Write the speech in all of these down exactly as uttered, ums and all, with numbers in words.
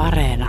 Areena.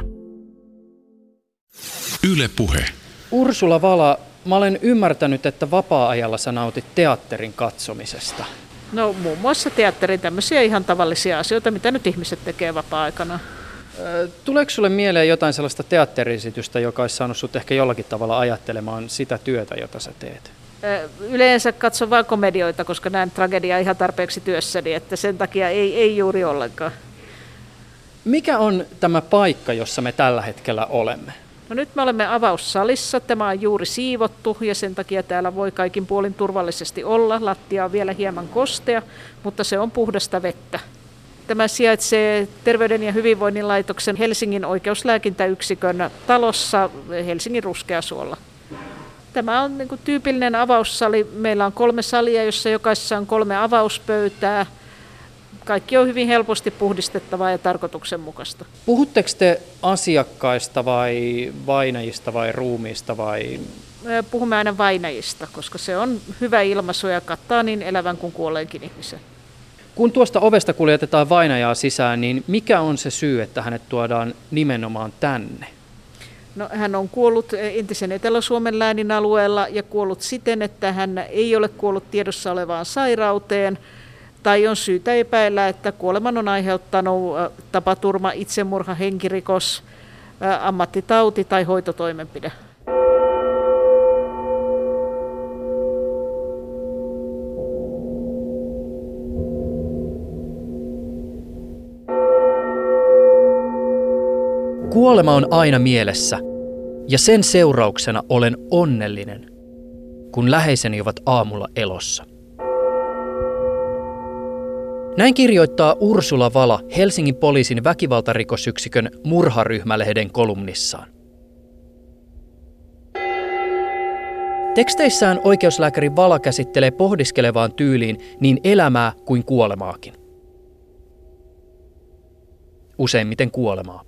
Yle Puhe. Ursula Vala, mä olen ymmärtänyt, että vapaa-ajalla sä nautit teatterin katsomisesta. No muun muassa teatterin tämmöisiä ihan tavallisia asioita, mitä nyt ihmiset tekee vapaa-aikana. Tuleeko sulle mieleen jotain sellaista teatteriesitystä, joka olisi saanut sut ehkä jollakin tavalla ajattelemaan sitä työtä, jota sä teet? Yleensä katson vain komedioita, koska näen tragediaa ihan tarpeeksi työssäni, että sen takia ei, ei juuri ollenkaan. Mikä on tämä paikka, jossa me tällä hetkellä olemme? No nyt me olemme avaussalissa. Tämä on juuri siivottu ja sen takia täällä voi kaikin puolin turvallisesti olla. Lattia on vielä hieman kostea, mutta se on puhdasta vettä. Tämä sijaitsee Terveyden ja hyvinvoinnin laitoksen Helsingin oikeuslääkintäyksikön talossa Helsingin Ruskeasuolla. Tämä on niin kuin tyypillinen avaussali. Meillä on kolme salia, jossa jokaisessa on kolme avauspöytää. Kaikki on hyvin helposti puhdistettavaa ja tarkoituksenmukaista. Puhutteko te asiakkaista vai vainajista vai ruumiista vai? Puhumme aina vainajista, koska se on hyvä ilmaisu ja kattaa niin elävän kuin kuolleenkin ihmisen. Kun tuosta ovesta kuljetetaan vainajaa sisään, niin mikä on se syy, että hänet tuodaan nimenomaan tänne? No, hän on kuollut entisen Etelä-Suomen läänin alueella ja kuollut siten, että hän ei ole kuollut tiedossa olevaan sairauteen. Tai on syytä epäillä, että kuoleman on aiheuttanut tapaturma, itsemurha, henkirikos, ammattitauti tai hoitotoimenpide. Kuolema on aina mielessä, ja sen seurauksena olen onnellinen, kun läheiseni ovat aamulla elossa. Näin kirjoittaa Ursula Vala Helsingin poliisin väkivaltarikosyksikön Murharyhmälehden kolumnissaan. Teksteissään oikeuslääkäri Vala käsittelee pohdiskelevaan tyyliin niin elämää kuin kuolemaakin. Useimmiten kuolemaa.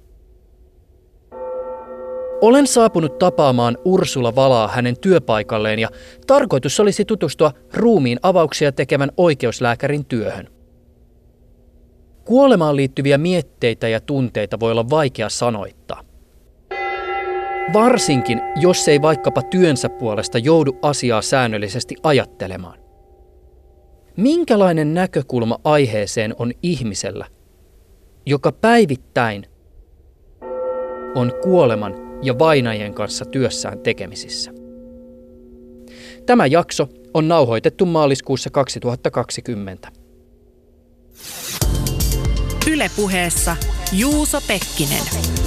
Olen saapunut tapaamaan Ursula Valaa hänen työpaikalleen ja tarkoitus olisi tutustua ruumiin avauksia tekevän oikeuslääkärin työhön. Kuolemaan liittyviä mietteitä ja tunteita voi olla vaikea sanoittaa. Varsinkin, jos ei vaikkapa työnsä puolesta joudu asiaa säännöllisesti ajattelemaan. Minkälainen näkökulma aiheeseen on ihmisellä, joka päivittäin on kuoleman ja vainajien kanssa työssään tekemisissä? Tämä jakso on nauhoitettu maaliskuussa kaksituhattakaksikymmentä. Yle Puheessa Juuso Pekkinen.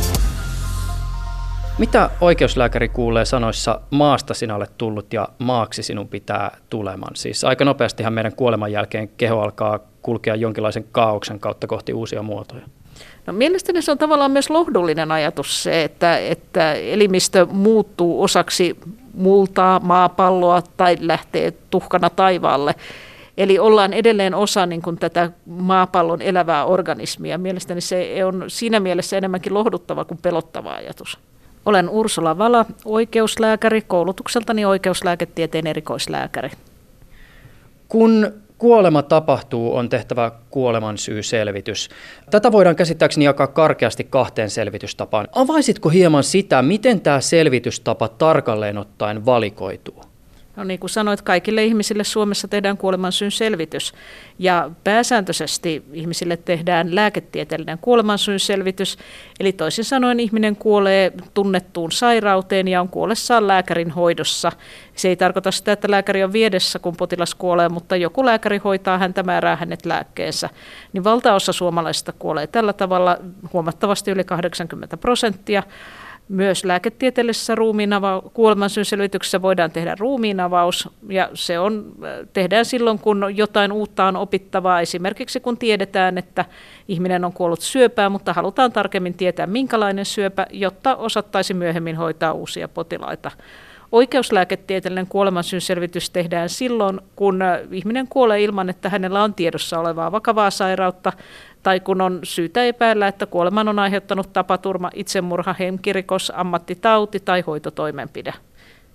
Mitä oikeuslääkäri kuulee sanoissa maasta sinä olet tullut ja maaksi sinun pitää tuleman? Siis aika nopeastihan meidän kuoleman jälkeen keho alkaa kulkea jonkinlaisen kaaoksen kautta kohti uusia muotoja. No, mielestäni se on tavallaan myös lohdullinen ajatus se, että, että elimistö muuttuu osaksi multaa, maapalloa tai lähtee tuhkana taivaalle. Eli ollaan edelleen osa niin kuin tätä maapallon elävää organismia. Mielestäni se on siinä mielessä enemmänkin lohduttava kuin pelottava ajatus. Olen Ursula Vala, oikeuslääkäri, koulutukseltani oikeuslääketieteen erikoislääkäri. Kun kuolema tapahtuu, on tehtävä kuolemansyyselvitys. Tätä voidaan käsittääkseni jakaa karkeasti kahteen selvitystapaan. Avaisitko hieman sitä, miten tämä selvitystapa tarkalleen ottaen valikoituu? No niin kuin sanoit, kaikille ihmisille Suomessa tehdään kuolemansyyn selvitys ja pääsääntöisesti ihmisille tehdään lääketieteellinen kuolemansyyn selvitys. Eli toisin sanoen ihminen kuolee tunnettuun sairauteen ja on kuollessaan lääkärin hoidossa. Se ei tarkoita sitä, että lääkäri on viedessä, kun potilas kuolee, mutta joku lääkäri hoitaa häntä, määrää hänet lääkkeensä. Niin valtaosa suomalaisista kuolee tällä tavalla, huomattavasti yli kahdeksankymmentä prosenttia. Myös lääketieteellisessä ruumiinava- kuolemansyynselvityksessä voidaan tehdä ruumiinavaus, ja se on, tehdään silloin, kun jotain uutta on opittavaa, esimerkiksi kun tiedetään, että ihminen on kuollut syöpään, mutta halutaan tarkemmin tietää, minkälainen syöpä, jotta osattaisiin myöhemmin hoitaa uusia potilaita. Oikeuslääketieteellinen kuolemansyynselvitys tehdään silloin, kun ihminen kuolee ilman, että hänellä on tiedossa olevaa vakavaa sairautta, tai kun on syytä epäillä, että kuoleman on aiheuttanut tapaturma, itsemurha, henkirikos, ammattitauti tai hoitotoimenpide.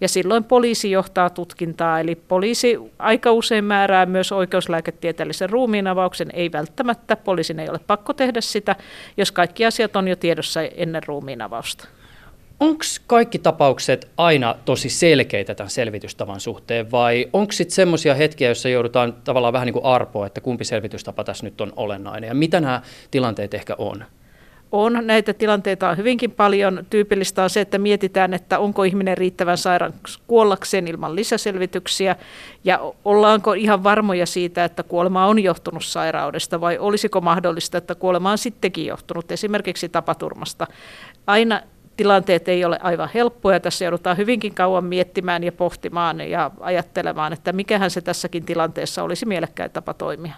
Ja silloin poliisi johtaa tutkintaa, eli poliisi aika usein määrää myös oikeuslääketieteellisen ruumiinavauksen. Ei välttämättä, poliisin ei ole pakko tehdä sitä, jos kaikki asiat on jo tiedossa ennen ruumiinavausta. Onko kaikki tapaukset aina tosi selkeitä tämän selvitystavan suhteen vai onko sitten semmoisia hetkiä, joissa joudutaan tavallaan vähän niin kuin arpoa, että kumpi selvitystapa tässä nyt on olennainen ja mitä nämä tilanteet ehkä on? On. Näitä tilanteita on hyvinkin paljon. Tyypillistä on se, että mietitään, että onko ihminen riittävän sairaan kuollakseen ilman lisäselvityksiä ja ollaanko ihan varmoja siitä, että kuolema on johtunut sairaudesta vai olisiko mahdollista, että kuolema on sittenkin johtunut esimerkiksi tapaturmasta. Aina tilanteet ei ole aivan helppoja. Tässä joudutaan hyvinkin kauan miettimään ja pohtimaan ja ajattelemaan, että mikähän se tässäkin tilanteessa olisi mielekkäin tapa toimia.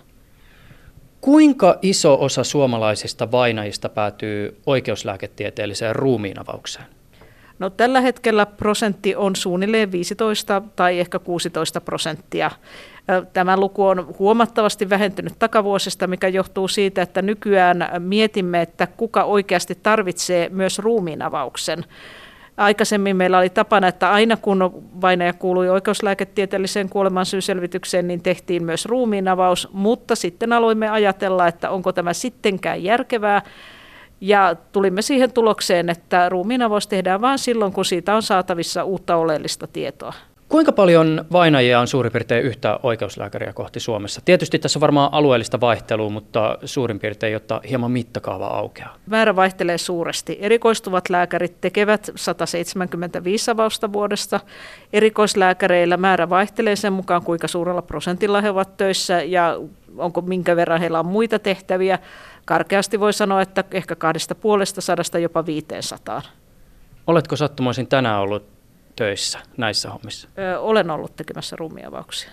Kuinka iso osa suomalaisista vainajista päätyy oikeuslääketieteelliseen ruumiinavaukseen? No, tällä hetkellä prosentti on suunnilleen viisitoista tai ehkä kuusitoista prosenttia. Tämä luku on huomattavasti vähentynyt takavuosista, mikä johtuu siitä, että nykyään mietimme, että kuka oikeasti tarvitsee myös ruumiinavauksen. Aikaisemmin meillä oli tapana, että aina kun vainaja kuului oikeuslääketieteelliseen kuolemansyyselvitykseen, niin tehtiin myös ruumiinavaus, mutta sitten aloimme ajatella, että onko tämä sittenkään järkevää. Ja tulimme siihen tulokseen, että ruumiinavaus tehdään vain silloin, kun siitä on saatavissa uutta oleellista tietoa. Kuinka paljon vainajia on suurin piirtein yhtä oikeuslääkäriä kohti Suomessa? Tietysti tässä on varmaan alueellista vaihtelua, mutta suurin piirtein, jotta hieman mittakaava aukeaa. Määrä vaihtelee suuresti. Erikoistuvat lääkärit tekevät sata seitsemänkymmentäviisi avausta vuodesta. Erikoislääkäreillä määrä vaihtelee sen mukaan, kuinka suurella prosentilla he ovat töissä ja onko minkä verran heillä on muita tehtäviä. Karkeasti voi sanoa, että ehkä kahdesta puolesta sadasta jopa viiteensataan. Oletko sattumoisin tänään ollut töissä näissä hommissa? Ö, olen ollut tekemässä ruumiinavauksia.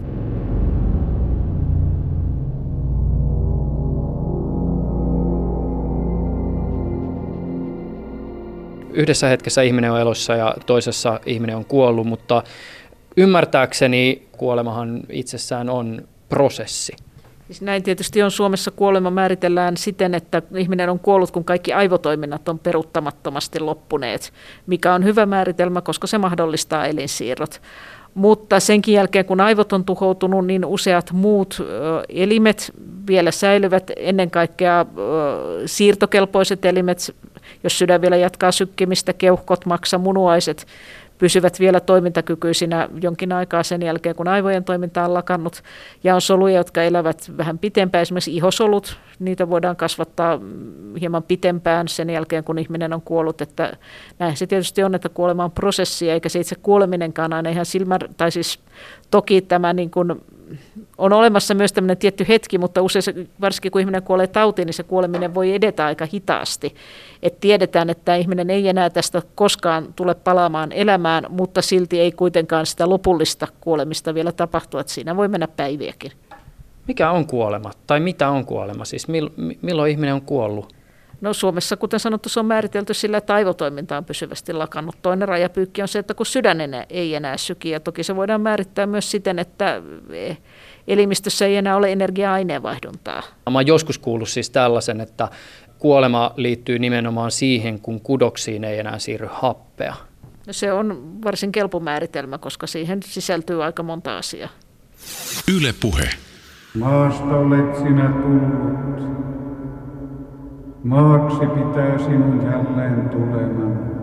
Yhdessä hetkessä ihminen on elossa ja toisessa ihminen on kuollut, mutta ymmärtääkseni kuolemahan itsessään on prosessi. Siis näin tietysti on. Suomessa kuolema määritellään siten, että ihminen on kuollut, kun kaikki aivotoiminnat on peruuttamattomasti loppuneet, mikä on hyvä määritelmä, koska se mahdollistaa elinsiirrot. Mutta senkin jälkeen, kun aivot on tuhoutunut, niin useat muut ö, elimet vielä säilyvät, ennen kaikkea ö, siirtokelpoiset elimet, jos sydän vielä jatkaa sykkimistä, keuhkot, maksa, munuaiset, pysyvät vielä toimintakykyisinä jonkin aikaa sen jälkeen, kun aivojen toiminta on lakannut. Ja on soluja, jotka elävät vähän pitempään, esimerkiksi ihosolut, niitä voidaan kasvattaa hieman pitempään sen jälkeen, kun ihminen on kuollut. Että näin se tietysti on, että kuolema on prosessi, eikä se itse kuoleminenkaan aina ihan silmä, tai siis toki tämä niin kuin on olemassa myös tämmöinen tietty hetki, mutta usein se, varsinkin kun ihminen kuolee tautiin, niin se kuoleminen voi edetä aika hitaasti. Et tiedetään, että ihminen ei enää tästä koskaan tule palaamaan elämään, mutta silti ei kuitenkaan sitä lopullista kuolemista vielä tapahtua, että siinä voi mennä päiviäkin. Mikä on kuolema? Tai mitä on kuolema? Siis milloin ihminen on kuollut? No Suomessa, kuten sanottu, se on määritelty sillä, että aivotoiminta on pysyvästi lakannut. Toinen rajapyykki on se, että kun sydän ei enää syki, ja toki se voidaan määrittää myös siten, että elimistössä ei enää ole energia-aineenvaihduntaa. Mä oon joskus kuullut siis tällaisen, että kuolema liittyy nimenomaan siihen, kun kudoksiin ei enää siirry happea. No se on varsin kelpo määritelmä, koska siihen sisältyy aika monta asiaa. Yle Puhe. Maasta olet sinä tullut. Maaksi pitää sinun jälleen tuleman.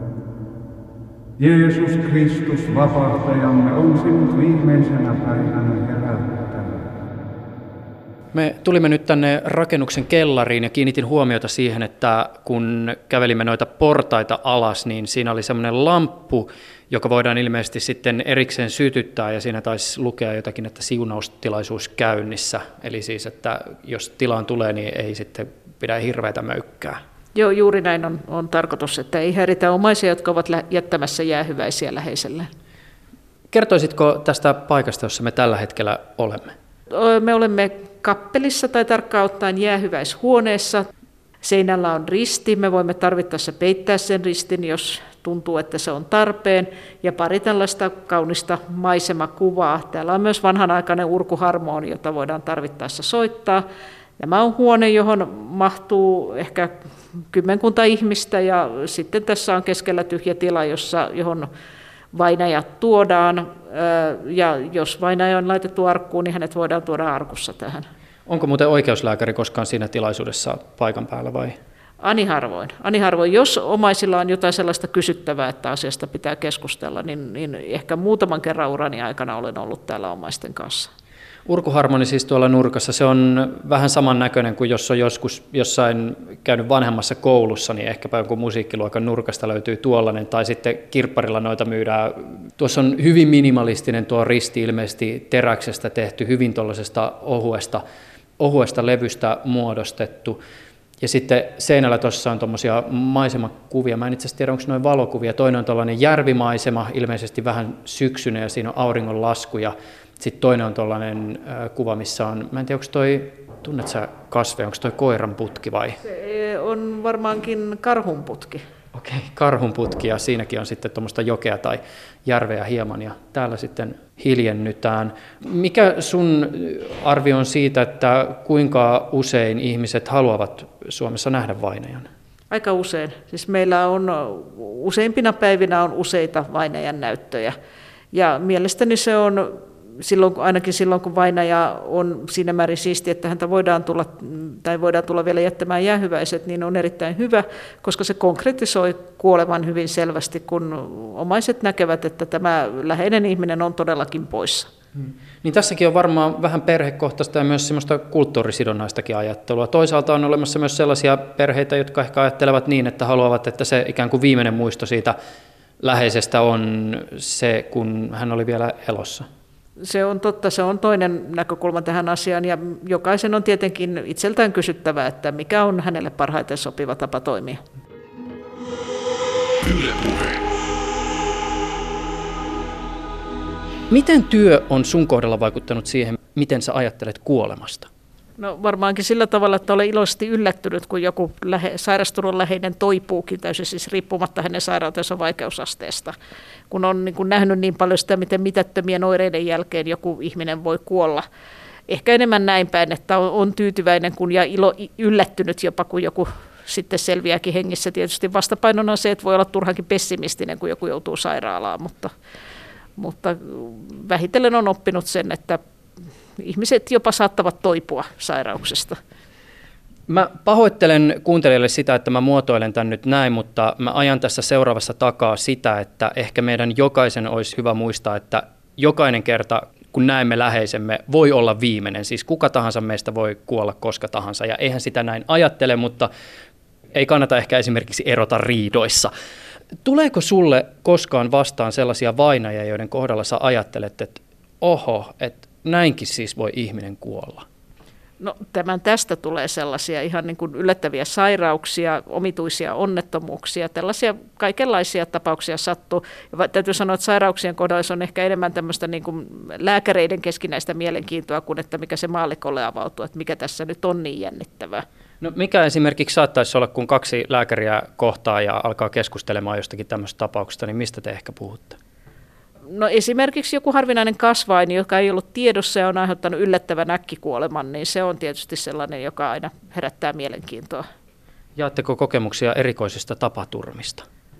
Jeesus Kristus, vapahtajamme, on sinut viimeisenä päivänä herättänyt. Me tulimme nyt tänne rakennuksen kellariin ja kiinnitin huomiota siihen, että kun kävelimme noita portaita alas, niin siinä oli semmoinen lamppu, joka voidaan ilmeisesti sitten erikseen sytyttää, ja siinä taisi lukea jotakin, että siunaustilaisuus käynnissä. Eli siis, että jos tilaan tulee, niin ei sitten pidä hirveätä möykkää. Joo, juuri näin on, on tarkoitus, että ei häiritä omaisia, jotka ovat jättämässä jäähyväisiä läheiselle. Kertoisitko tästä paikasta, jossa me tällä hetkellä olemme? Me olemme kappelissa tai tarkkaan ottaen jäähyväishuoneessa. Seinällä on risti, me voimme tarvittaessa peittää sen ristin, jos tuntuu, että se on tarpeen. Ja pari tällaista kaunista maisemakuvaa. Täällä on myös vanhanaikainen urkuharmoni, jota voidaan tarvittaessa soittaa. Tämä on huone, johon mahtuu ehkä kymmenkunta ihmistä, ja sitten tässä on keskellä tyhjä tila, jossa, johon vainajat tuodaan, ja jos vainaja on laitettu arkkuun, niin hänet voidaan tuoda arkussa tähän. Onko muuten oikeuslääkäri koskaan siinä tilaisuudessa paikan päällä vai? Ani harvoin. Ani harvoin. Jos omaisilla on jotain sellaista kysyttävää, että asiasta pitää keskustella, niin, niin ehkä muutaman kerran urani aikana olen ollut täällä omaisten kanssa. Urkuharmoni siis tuolla nurkassa, se on vähän samannäköinen kuin jos on joskus jossain käynyt vanhemmassa koulussa, niin ehkäpä jonkun musiikkiluokan nurkasta löytyy tuollainen, tai sitten kirpparilla noita myydään. Tuossa on hyvin minimalistinen tuo risti, ilmeisesti teräksestä tehty, hyvin tuollaisesta ohuesta, ohuesta levystä muodostettu. Ja sitten seinällä tuossa on tuommoisia maisemakuvia, mä en itse asiassa tiedä, onko noin valokuvia. Toinen on tuollainen järvimaisema, ilmeisesti vähän syksyinen, ja siinä on auringonlasku, ja sitten toinen on tuollainen äh, kuva, missä on, mä en tiedä, onko toi, tunnet sä kasveja, onko toi koiran putki vai? Se on varmaankin karhunputki. Okei, okay, karhunputki, ja siinäkin on sitten tuommoista jokea tai järveä hieman, ja täällä sitten hiljennytään. Mikä sun arvio on siitä, että kuinka usein ihmiset haluavat Suomessa nähdä vainajan? Aika usein. Siis meillä on useimpina päivinä on useita vainajan näyttöjä, ja mielestäni se on silloin, ainakin silloin, kun vainaja on siinä määrin siisti, että häntä voidaan tulla, tai voidaan tulla vielä jättämään jäähyväiset, niin on erittäin hyvä, koska se konkretisoi kuoleman hyvin selvästi, kun omaiset näkevät, että tämä läheinen ihminen on todellakin poissa. Hmm. Niin tässäkin on varmaan vähän perhekohtaista ja myös semmoista kulttuurisidonnaistakin ajattelua. Toisaalta on olemassa myös sellaisia perheitä, jotka ehkä ajattelevat niin, että haluavat, että se ikään kuin viimeinen muisto siitä läheisestä on se, kun hän oli vielä elossa. Se on totta, se on toinen näkökulma tähän asiaan, ja jokaisen on tietenkin itseltään kysyttävä, että mikä on hänelle parhaiten sopiva tapa toimia. Yle Puhe. Miten työ on sun kohdalla vaikuttanut siihen, miten sä ajattelet kuolemasta? No varmaankin sillä tavalla, että olen iloisesti yllättynyt, kun joku lähe, sairastunut läheinen toipuukin täysin siis riippumatta hänen sairautensa vaikeusasteesta. Kun on niin kun nähnyt niin paljon sitä, miten mitättömien oireiden jälkeen joku ihminen voi kuolla. Ehkä enemmän näin päin, että on, on tyytyväinen kun ja ilo, yllättynyt jopa, kun joku sitten selviääkin hengissä. Tietysti vastapainona on se, että voi olla turhankin pessimistinen, kun joku joutuu sairaalaan, mutta, mutta vähitellen on oppinut sen, että ihmiset jopa saattavat toipua sairauksesta. Mä pahoittelen kuuntelijoille sitä, että mä muotoilen tämän nyt näin, mutta mä ajan tässä seuraavassa takaa sitä, että ehkä meidän jokaisen olisi hyvä muistaa, että jokainen kerta, kun näemme läheisemme, voi olla viimeinen. Siis kuka tahansa meistä voi kuolla koska tahansa, ja eihän sitä näin ajattele, mutta ei kannata ehkä esimerkiksi erota riidoissa. Tuleeko sulle koskaan vastaan sellaisia vainajia, joiden kohdalla sä ajattelet, että oho, että näinkin siis voi ihminen kuolla? No tämän tästä tulee sellaisia ihan niin kuin yllättäviä sairauksia, omituisia onnettomuuksia, tällaisia kaikenlaisia tapauksia sattuu. Ja täytyy sanoa, että sairauksien kohdalla se on ehkä enemmän tämmöistä niin kuin lääkäreiden keskinäistä mielenkiintoa kuin että mikä se maallikolle avautuu, että mikä tässä nyt on niin jännittävää. No mikä esimerkiksi saattaisi olla, kun kaksi lääkäriä kohtaa ja alkaa keskustelemaan jostakin tämmöistä tapauksesta, niin mistä te ehkä puhutte? No esimerkiksi joku harvinainen kasvain, joka ei ollut tiedossa ja on aiheuttanut yllättävän äkkikuoleman, niin se on tietysti sellainen, joka aina herättää mielenkiintoa. Jaatteko kokemuksia erikoisista tapaturmista?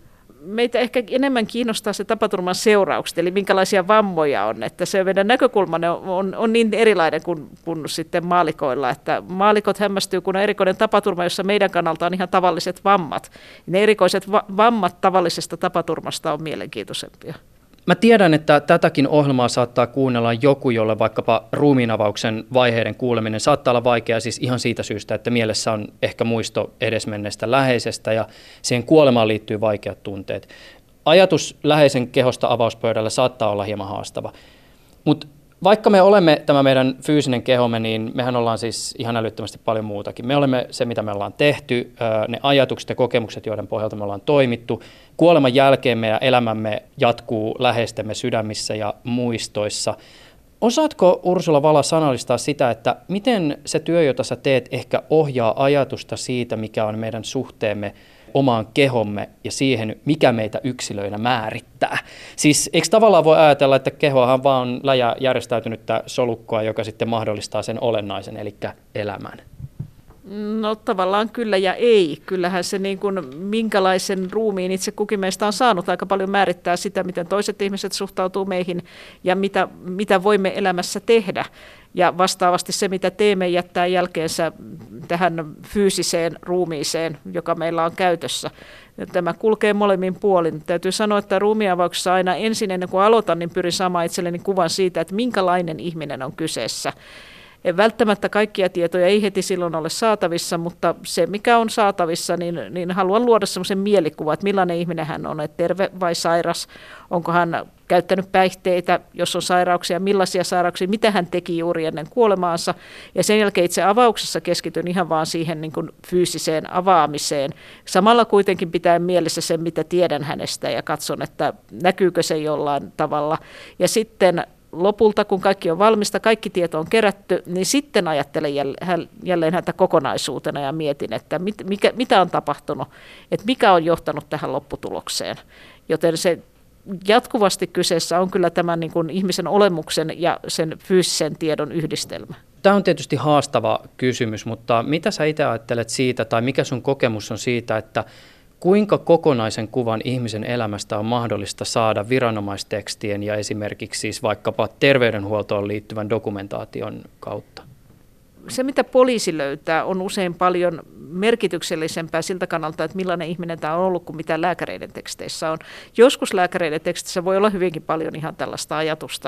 Meitä ehkä enemmän kiinnostaa se tapaturman seuraukset, eli minkälaisia vammoja on. Että se meidän näkökulmamme on, on, on niin erilainen kuin, kuin sitten maalikoilla, että maalikot hämmästyy, kun on erikoinen tapaturma, jossa meidän kannalta on ihan tavalliset vammat. Ne erikoiset va- vammat tavallisesta tapaturmasta on mielenkiintoisempia. Mä tiedän, että tätäkin ohjelmaa saattaa kuunnella joku, jolle vaikkapa ruumiinavauksen vaiheiden kuuleminen saattaa olla vaikeaa siis ihan siitä syystä, että mielessä on ehkä muisto edesmenneestä läheisestä ja siihen kuolemaan liittyy vaikeat tunteet. Ajatus läheisen kehosta avauspöydällä saattaa olla hieman haastava, mutta vaikka me olemme tämä meidän fyysinen kehomme, niin mehän ollaan siis ihan älyttömästi paljon muutakin. Me olemme se, mitä me ollaan tehty, ne ajatukset ja kokemukset, joiden pohjalta me ollaan toimittu. Kuoleman jälkeen meidän elämämme jatkuu läheistemme sydämissä ja muistoissa. Osaatko, Ursula Vala, sanallistaa sitä, että miten se työ, jota sä teet, ehkä ohjaa ajatusta siitä, mikä on meidän suhteemme omaan kehomme ja siihen, mikä meitä yksilöinä määrittää. Siis eikö tavallaan voi ajatella, että kehohan vaan on läjä järjestäytynyttä solukkoa, joka sitten mahdollistaa sen olennaisen, eli elämän? No tavallaan kyllä ja ei. Kyllähän se niin kuin, minkälaisen ruumiin itse kukin meistä on saanut, aika paljon määrittää sitä, miten toiset ihmiset suhtautuu meihin ja mitä, mitä voimme elämässä tehdä. Ja vastaavasti se, mitä teemme, jättää jälkeensä tähän fyysiseen ruumiiseen, joka meillä on käytössä. Tämä kulkee molemmin puolin. Täytyy sanoa, että ruumiinavauksessa aina ensin, ennen kuin aloitan, niin pyrin saamaan itselleni kuvan siitä, että minkälainen ihminen on kyseessä. Välttämättä kaikkia tietoja ei heti silloin ole saatavissa, mutta se mikä on saatavissa, niin, niin haluan luoda sellaisen mielikuvan, että millainen ihminen hän on, että terve vai sairas, onko hän käyttänyt päihteitä, jos on sairauksia, millaisia sairauksia, mitä hän teki juuri ennen kuolemaansa. Ja sen jälkeen itse avauksessa keskityn ihan vaan siihen niin kuin fyysiseen avaamiseen. Samalla kuitenkin pitää mielessä sen, mitä tiedän hänestä ja katson, että näkyykö se jollain tavalla. Ja sitten lopulta, kun kaikki on valmista, kaikki tieto on kerätty, niin sitten ajattelen jälleen häntä kokonaisuutena ja mietin, että mit, mikä, mitä on tapahtunut, että mikä on johtanut tähän lopputulokseen. Joten se jatkuvasti kyseessä on kyllä tämän niin kuin ihmisen olemuksen ja sen fyysisen tiedon yhdistelmä. Tämä on tietysti haastava kysymys, mutta mitä sä itse ajattelet siitä, tai mikä sun kokemus on siitä, että kuinka kokonaisen kuvan ihmisen elämästä on mahdollista saada viranomaistekstien ja esimerkiksi siis vaikkapa terveydenhuoltoon liittyvän dokumentaation kautta? Se, mitä poliisi löytää, on usein paljon merkityksellisempää siltä kannalta, että millainen ihminen tämä on ollut kuin mitä lääkäreiden teksteissä on. Joskus lääkäreiden teksteissä voi olla hyvinkin paljon ihan tällaista ajatusta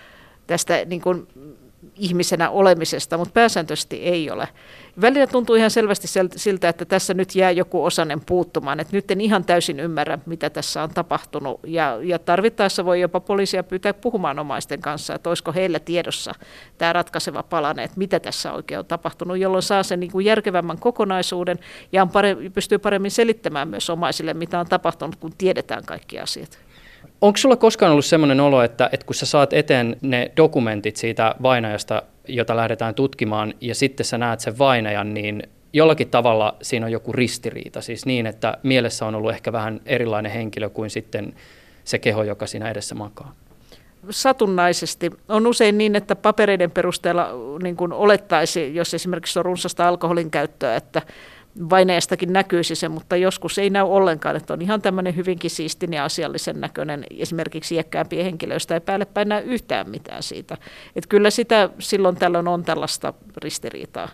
tästä niin kuin ihmisenä olemisesta, mutta pääsääntöisesti ei ole. Välillä tuntuu ihan selvästi siltä, että tässä nyt jää joku osanen puuttumaan, että nyt en ihan täysin ymmärrä, mitä tässä on tapahtunut, ja, ja tarvittaessa voi jopa poliisia pyytää puhumaan omaisten kanssa, että olisiko heillä tiedossa tämä ratkaiseva palanen, että mitä tässä oikein on tapahtunut, jolloin saa sen niin kuin järkevämmän kokonaisuuden ja on paremmin, pystyy paremmin selittämään myös omaisille, mitä on tapahtunut, kun tiedetään kaikki asiat. Onko sulla koskaan ollut sellainen olo, että, että kun sä saat eteen ne dokumentit siitä vainajasta, jota lähdetään tutkimaan, ja sitten sä näet sen vainajan, niin jollakin tavalla siinä on joku ristiriita, siis niin, että mielessä on ollut ehkä vähän erilainen henkilö kuin sitten se keho, joka siinä edessä makaa? Satunnaisesti. On usein niin, että papereiden perusteella niin kuin olettaisi, jos esimerkiksi on runsasta alkoholin käyttöä, että vainajastakin näkyisi se, mutta joskus ei näy ollenkaan, että on ihan tämmöinen hyvinkin siistin ja asiallisen näköinen, esimerkiksi iäkkäämpiä henkilöistä ei päälle päin näy yhtään mitään siitä. Että kyllä sitä silloin tällöin on tällaista ristiriitaa.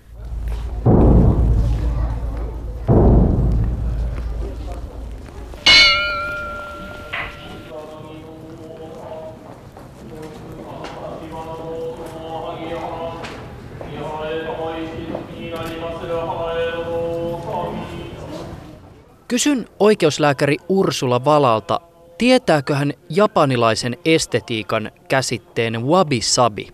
Kysyn oikeuslääkäri Ursula Valalta, tietääkö hän japanilaisen estetiikan käsitteen wabi-sabi?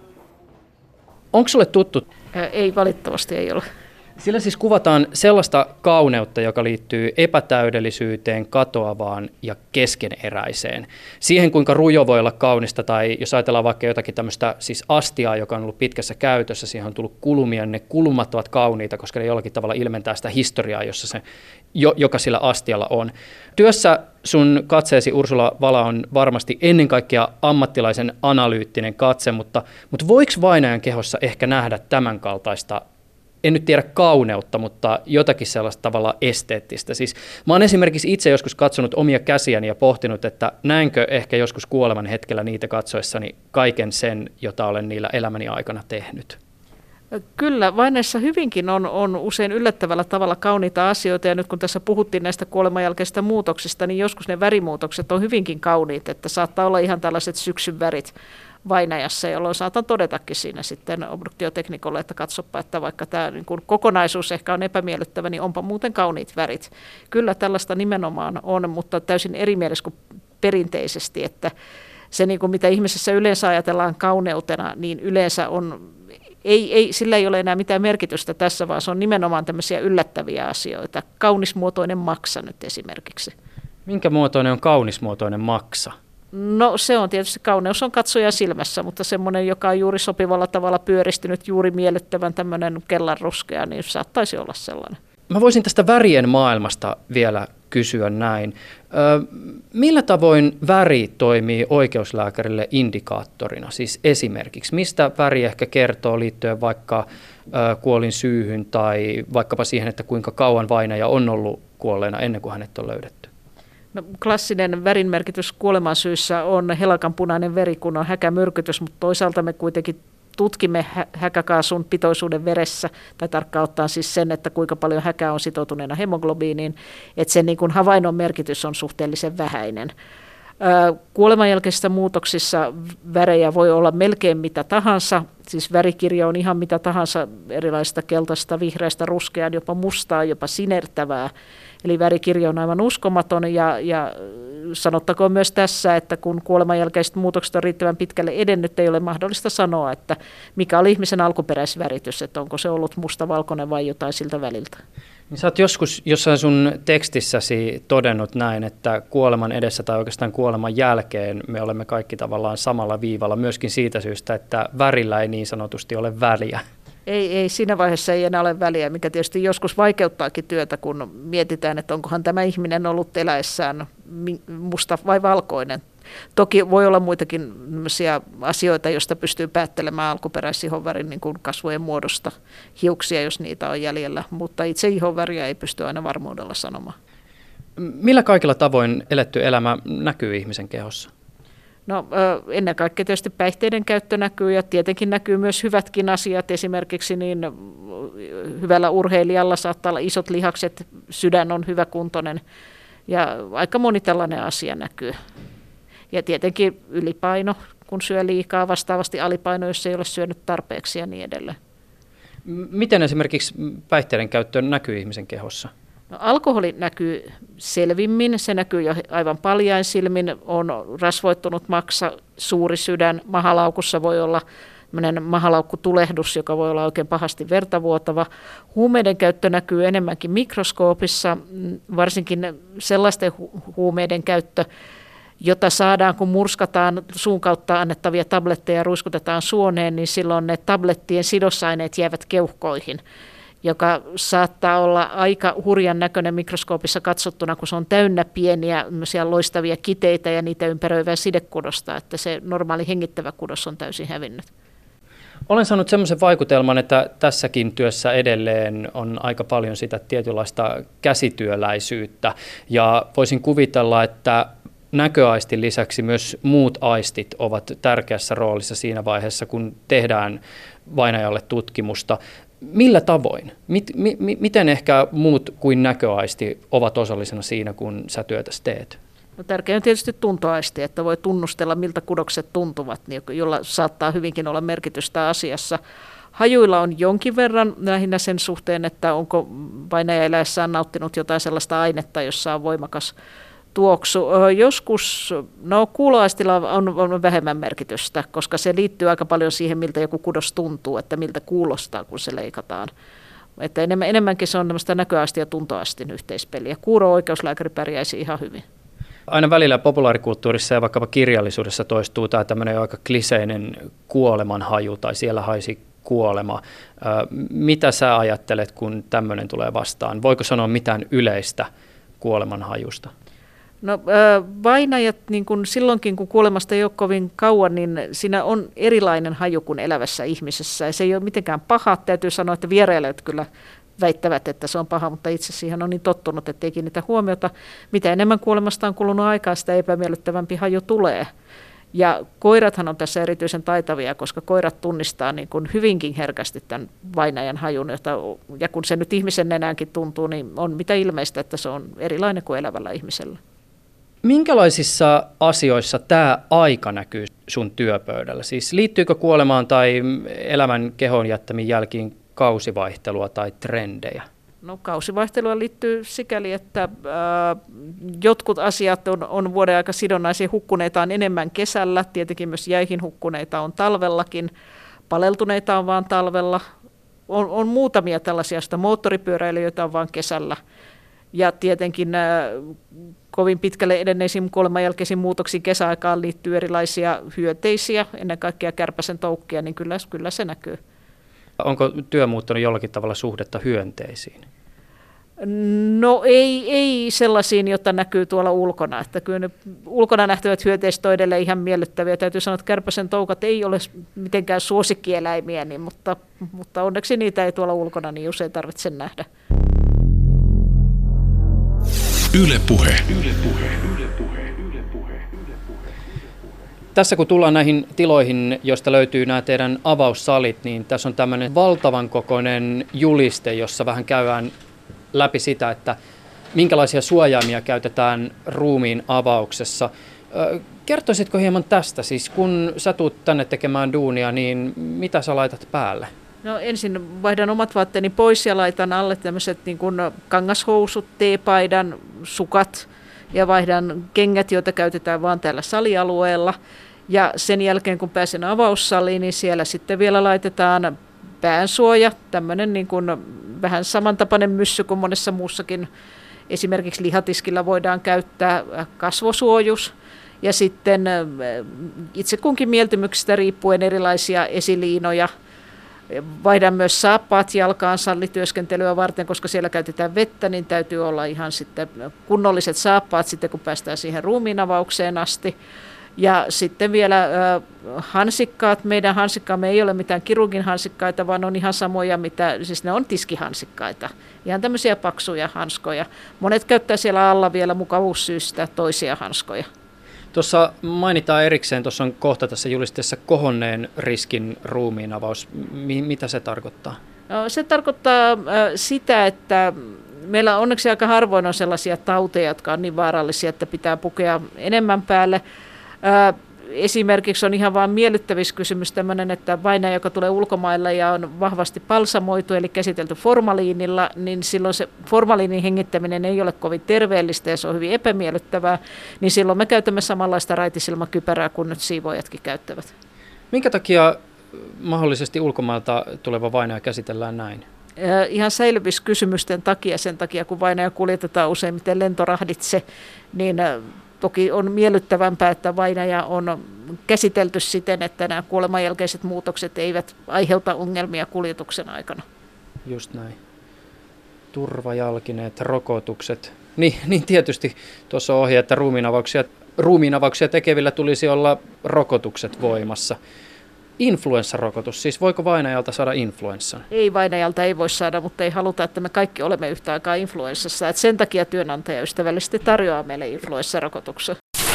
Onko sulle tuttu? Ei, valitettavasti ei ole. Sillä siis kuvataan sellaista kauneutta, joka liittyy epätäydellisyyteen, katoavaan ja keskeneräiseen. Siihen, kuinka rujo voi olla kaunista, tai jos ajatellaan vaikka jotakin tämmöistä siis astiaa, joka on ollut pitkässä käytössä, siihen on tullut kulumia, ne kulmat ovat kauniita, koska ne jollakin tavalla ilmentää sitä historiaa, jossa se, joka sillä astialla on. Työssä sun katseesi, Ursula Vala, on varmasti ennen kaikkea ammattilaisen analyyttinen katse, mutta, mutta voiko vainajan kehossa ehkä nähdä tämän kaltaista, en nyt tiedä kauneutta, mutta jotakin sellaista tavalla esteettistä. Siis mä oon esimerkiksi itse joskus katsonut omia käsiäni ja pohtinut, että näenkö ehkä joskus kuoleman hetkellä niitä katsoessani kaiken sen, jota olen niillä elämäni aikana tehnyt. Kyllä, vainaissa hyvinkin on, on usein yllättävällä tavalla kauniita asioita, ja nyt kun tässä puhuttiin näistä kuoleman jälkeistä muutoksista, niin joskus ne värimuutokset on hyvinkin kauniit, että saattaa olla ihan tällaiset syksyn värit vainajassa, jolloin saatan todetakin siinä sitten obduktioteknikolle, että katsopa, että vaikka tämä niin kuin kokonaisuus ehkä on epämiellyttävä, niin onpa muuten kauniit värit. Kyllä tällaista nimenomaan on, mutta täysin eri mielessä kuin perinteisesti, että se niin kuin mitä ihmisessä yleensä ajatellaan kauneutena, niin yleensä on, ei, ei, sillä ei ole enää mitään merkitystä tässä, vaan se on nimenomaan tämmöisiä yllättäviä asioita. Kaunismuotoinen maksa nyt esimerkiksi. Minkä muotoinen on kaunismuotoinen maksa? No se on tietysti, kauneus on katsojan silmässä, mutta semmoinen, joka on juuri sopivalla tavalla pyöristynyt, juuri miellyttävän tämmöinen kellanruskea, niin saattaisi olla sellainen. Mä voisin tästä värien maailmasta vielä kysyä näin. Ö, millä tavoin väri toimii oikeuslääkärille indikaattorina, siis esimerkiksi? Mistä väri ehkä kertoo liittyen vaikka ö, kuolin syyhyn tai vaikkapa siihen, että kuinka kauan vainaja on ollut kuolleena ennen kuin hänet on löydetty? No, klassinen värin merkitys kuolemansyissä on helakanpunainen veri, kun on häkämyrkytys, mutta toisaalta me kuitenkin tutkimme hä- häkäkaasun pitoisuuden veressä, tai tarkkaan ottaen siis sen, että kuinka paljon häkää on sitoutuneena hemoglobiiniin, että sen niin kuin havainnon merkitys on suhteellisen vähäinen. Kuoleman jälkeisissä muutoksissa värejä voi olla melkein mitä tahansa, siis värikirjo on ihan mitä tahansa, erilaista keltaista, vihreästä, ruskeaa, jopa mustaa, jopa sinertävää. Eli värikirjo on aivan uskomaton ja, ja sanottakoon myös tässä, että kun kuoleman jälkeiset muutokset on riittävän pitkälle edennyt, ei ole mahdollista sanoa, että mikä oli ihmisen alkuperäisväritys, että onko se ollut mustavalkoinen vai jotain siltä väliltä. Niin sä oot joskus jossain sun tekstissäsi todennut näin, että kuoleman edessä tai oikeastaan kuoleman jälkeen me olemme kaikki tavallaan samalla viivalla myöskin siitä syystä, että värillä ei niin sanotusti ole väliä. Ei, ei, siinä vaiheessa ei enää ole väliä, mikä tietysti joskus vaikeuttaakin työtä, kun mietitään, että onkohan tämä ihminen ollut eläessään musta vai valkoinen. Toki voi olla muitakin asioita, joista pystyy päättelemään alkuperäisihonvärin niin kuin kasvojen muodosta, hiuksia, jos niitä on jäljellä, mutta itse ihonväriä ei pysty aina varmuudella sanomaan. Millä kaikilla tavoin eletty elämä näkyy ihmisen kehossa? No ennen kaikkea tietysti päihteiden käyttö näkyy ja tietenkin näkyy myös hyvätkin asiat. Esimerkiksi niin hyvällä urheilijalla saattaa olla isot lihakset, sydän on hyväkuntoinen ja aika moni tällainen asia näkyy. Ja tietenkin ylipaino, kun syö liikaa, vastaavasti alipaino, jos ei ole syönyt tarpeeksi ja niin edelleen. Miten esimerkiksi päihteiden käyttö näkyy ihmisen kehossa? No, alkoholi näkyy selvimmin, se näkyy jo aivan paljain silmin, on rasvoittunut maksa, suuri sydän, mahalaukussa voi olla mahalaukkutulehdus, joka voi olla oikein pahasti vertavuotava. Huumeiden käyttö näkyy enemmänkin mikroskoopissa, varsinkin sellaisten hu- huumeiden käyttö, jota saadaan, kun murskataan suun kautta annettavia tabletteja ja ruiskutetaan suoneen, niin silloin ne tablettien sidosaineet jäävät keuhkoihin, joka saattaa olla aika hurjan näköinen mikroskoopissa katsottuna, kun se on täynnä pieniä loistavia kiteitä ja niitä ympäröivää sidekudosta, että se normaali hengittävä kudos on täysin hävinnyt. Olen saanut semmoisen vaikutelman, että tässäkin työssä edelleen on aika paljon sitä tietynlaista käsityöläisyyttä ja voisin kuvitella, että näköaistin lisäksi myös muut aistit ovat tärkeässä roolissa siinä vaiheessa, kun tehdään vainajalle tutkimusta. Millä tavoin? Mit, mi, miten ehkä muut kuin näköaisti ovat osallisena siinä, kun sä työtäsi teet? No, tärkeää on tietysti tuntoaisti, että voi tunnustella, miltä kudokset tuntuvat, jolla saattaa hyvinkin olla merkitystä asiassa. Hajuilla on jonkin verran lähinnä sen suhteen, että onko vainaja eläessään nauttinut jotain sellaista ainetta, jossa on voimakas tuoksu. Joskus, no kuuloaistilla on, on vähemmän merkitystä, koska se liittyy aika paljon siihen, miltä joku kudos tuntuu, että miltä kuulostaa, kun se leikataan. Että enemmän, enemmänkin se on tämmöistä näköaistin ja tuntoaistin yhteispeliä. Kuuro-oikeuslääkäri pärjäisi ihan hyvin. Aina välillä populaarikulttuurissa ja vaikkapa kirjallisuudessa toistuu tämä tämmöinen aika kliseinen kuolemanhaju tai siellä haisi kuolema. Mitä sä ajattelet, kun tämmöinen tulee vastaan? Voiko sanoa mitään yleistä kuolemanhajusta? No vainajat, niin kun silloinkin kun kuolemasta ei ole kovin kauan, niin siinä on erilainen haju kuin elävässä ihmisessä. Ja se ei ole mitenkään paha. Täytyy sanoa, että vierailijat kyllä väittävät, että se on paha, mutta itse siihen on niin tottunut, ettei kiinnitä huomiota. Mitä enemmän kuolemasta on kulunut aikaa, sitä epämiellyttävämpi haju tulee. Ja koirathan on tässä erityisen taitavia, koska koirat tunnistaa niin kuin hyvinkin herkästi tämän vainajan hajun, jota, ja kun se nyt ihmisen nenäänkin tuntuu, niin on mitä ilmeistä, että se on erilainen kuin elävällä ihmisellä. Minkälaisissa asioissa tämä aika näkyy sun työpöydällä? Siis liittyykö kuolemaan tai elämän kehon jättämiin jälkiin kausivaihtelua tai trendejä? No, kausivaihtelua liittyy sikäli, että äh, jotkut asiat on, on vuoden aika sidonnaisia. Hukkuneita on enemmän kesällä, tietenkin myös jäihin hukkuneita on talvellakin, paleltuneita on vaan talvella. On, on muutamia tällaisia sitä moottoripyöräilijöitä on vaan kesällä. Ja tietenkin äh, kovin pitkälle edenneisiin kuoleman jälkeisiin muutoksiin kesäaikaan liittyy erilaisia hyönteisiä, ennen kaikkea kärpäsen toukkia, niin kyllä, kyllä se näkyy. Onko työ muuttanut jollakin tavalla suhdetta hyönteisiin? No ei, ei sellaisiin, jotta näkyy tuolla ulkona. Että kyllä ne ulkona nähtävät hyönteiset on edelleen ihan miellyttäviä. Täytyy sanoa, että kärpäsen toukat ei ole mitenkään suosikkieläimiä, niin, mutta, mutta onneksi niitä ei tuolla ulkona niin usein tarvitse nähdä. Yle Puhe. Tässä kun tullaan näihin tiloihin, joista löytyy nämä teidän avaussalit, niin tässä on tämmöinen valtavan kokoinen juliste, jossa vähän käydään läpi sitä, että minkälaisia suojaimia käytetään ruumiin avauksessa. Kertoisitko hieman tästä? Siis kun sä tuut tänne tekemään duunia, niin mitä sä laitat päälle? No ensin vaihdan omat vaatteeni pois ja laitan alle tämmöiset niin kuin kangashousut, teepaidan, sukat ja vaihdan kengät, joita käytetään vaan täällä salialueella. Ja sen jälkeen kun pääsen avaussaliin, niin siellä sitten vielä laitetaan päänsuoja, tämmöinen niin kuin vähän samantapainen myssy kuin monessa muussakin. Esimerkiksi lihatiskillä voidaan käyttää kasvosuojus ja sitten itse kunkin mieltymyksestä riippuen erilaisia esiliinoja. Vaihdan myös saappaat jalkaan sallityöskentelyä varten, koska siellä käytetään vettä, niin täytyy olla ihan sitten kunnolliset saappaat sitten, kun päästään siihen ruumiinavaukseen asti. Ja sitten vielä äh, hansikkaat. Meidän hansikkaamme ei ole mitään kirurgin hansikkaita, vaan on ihan samoja, mitä, siis ne on tiskihansikkaita. Ihan tämmöisiä paksuja hanskoja. Monet käyttää siellä alla vielä mukavuussyistä toisia hanskoja. Tuossa mainitaan erikseen, tuossa on kohta tässä julisteessa kohonneen riskin ruumiinavaus. Mitä se tarkoittaa? No, se tarkoittaa äh, sitä, että meillä onneksi aika harvoin on sellaisia tauteja, jotka on niin vaarallisia, että pitää pukea enemmän päälle. Äh, esimerkiksi on ihan vain miellyttävissä kysymys tämmöinen, että vainaja, joka tulee ulkomailla ja on vahvasti palsamoitu, eli käsitelty formaliinilla, niin silloin se formaliinin hengittäminen ei ole kovin terveellistä ja se on hyvin epämiellyttävää, niin silloin me käytämme samanlaista raitisilmakypärää kuin nyt siivoojatkin käyttävät. Minkä takia mahdollisesti ulkomailta tuleva vainaja käsitellään näin? Äh, ihan säilyvyskysymysten takia, sen takia kun vainaja kuljetetaan useimmiten lentorahditse, niin äh, toki on miellyttävämpää, että vainaja on käsitelty siten, että nämä kuoleman jälkeiset muutokset eivät aiheuta ongelmia kuljetuksen aikana. Just näin. Turvajalkineet, rokotukset. Niin, niin tietysti tuossa on ohje, että ruumiinavauksia, ruumiinavauksia tekevillä tulisi olla rokotukset voimassa. Influenssarokotus, siis voiko vainajalta saada influenssan? Ei, vainajalta ei voi saada, mutta ei haluta, että me kaikki olemme yhtä aikaa influenssassa. Et sen takia työnantaja ystävällisesti tarjoaa meille influenssarokotuksen.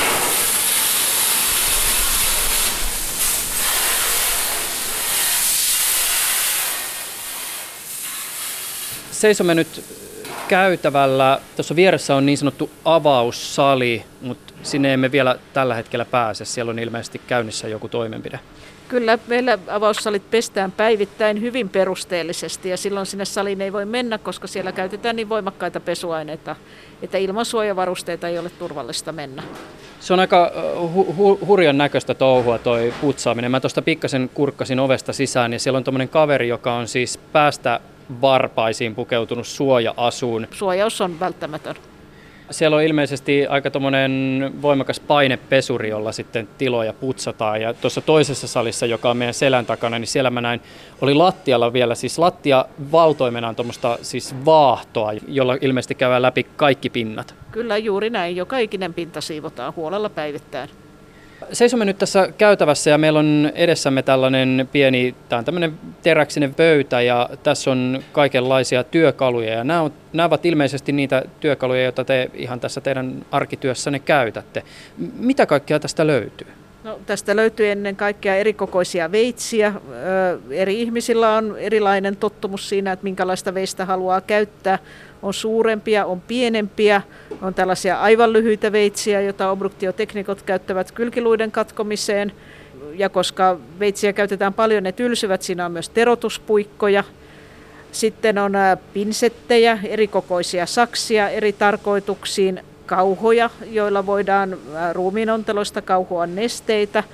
Seisomme nyt käytävällä. Tuossa vieressä on niin sanottu avaussali, mutta sinne emme vielä tällä hetkellä pääse. Siellä on ilmeisesti käynnissä joku toimenpide. Kyllä, meillä avaussalit pestään päivittäin hyvin perusteellisesti ja silloin sinne saliin ei voi mennä, koska siellä käytetään niin voimakkaita pesuaineita, että ilman suojavarusteita ei ole turvallista mennä. Se on aika hu- hu- hurjan näköistä touhua toi putsaaminen. Mä tuosta pikkasen kurkkasin ovesta sisään ja siellä on tommonen kaveri, joka on siis päästä varpaisiin pukeutunut suoja-asuun. Suojaus on välttämätön. Siellä on ilmeisesti aika tommonen voimakas painepesuri, jolla sitten tiloja putsataan. Ja tuossa toisessa salissa, joka on meidän selän takana, niin siellä mä näin, oli lattialla vielä, siis lattia valtoimenaan tuommoista siis vaahtoa, jolla ilmeisesti käydään läpi kaikki pinnat. Kyllä juuri näin, joka ikinen pinta siivotaan huolella päivittäin. Seisomme nyt tässä käytävässä ja meillä on edessämme tällainen pieni, tämä on tämmöinen teräksinen pöytä ja tässä on kaikenlaisia työkaluja ja nämä, on, nämä ovat ilmeisesti niitä työkaluja, joita te ihan tässä teidän arkityössänne käytätte. Mitä kaikkea tästä löytyy? No, tästä löytyy ennen kaikkea erikokoisia veitsiä. Eri ihmisillä on erilainen tottumus siinä, että minkälaista veistä haluaa käyttää. On suurempia, on pienempiä, on tällaisia aivan lyhyitä veitsiä, joita obduktioteknikot käyttävät kylkiluiden katkomiseen. Ja koska veitsiä käytetään paljon, ne tylsyvät, siinä on myös terotuspuikkoja. Sitten on pinsettejä, erikokoisia saksia eri tarkoituksiin, kauhoja, joilla voidaan ruumiinonteloista kauhoa nesteitä.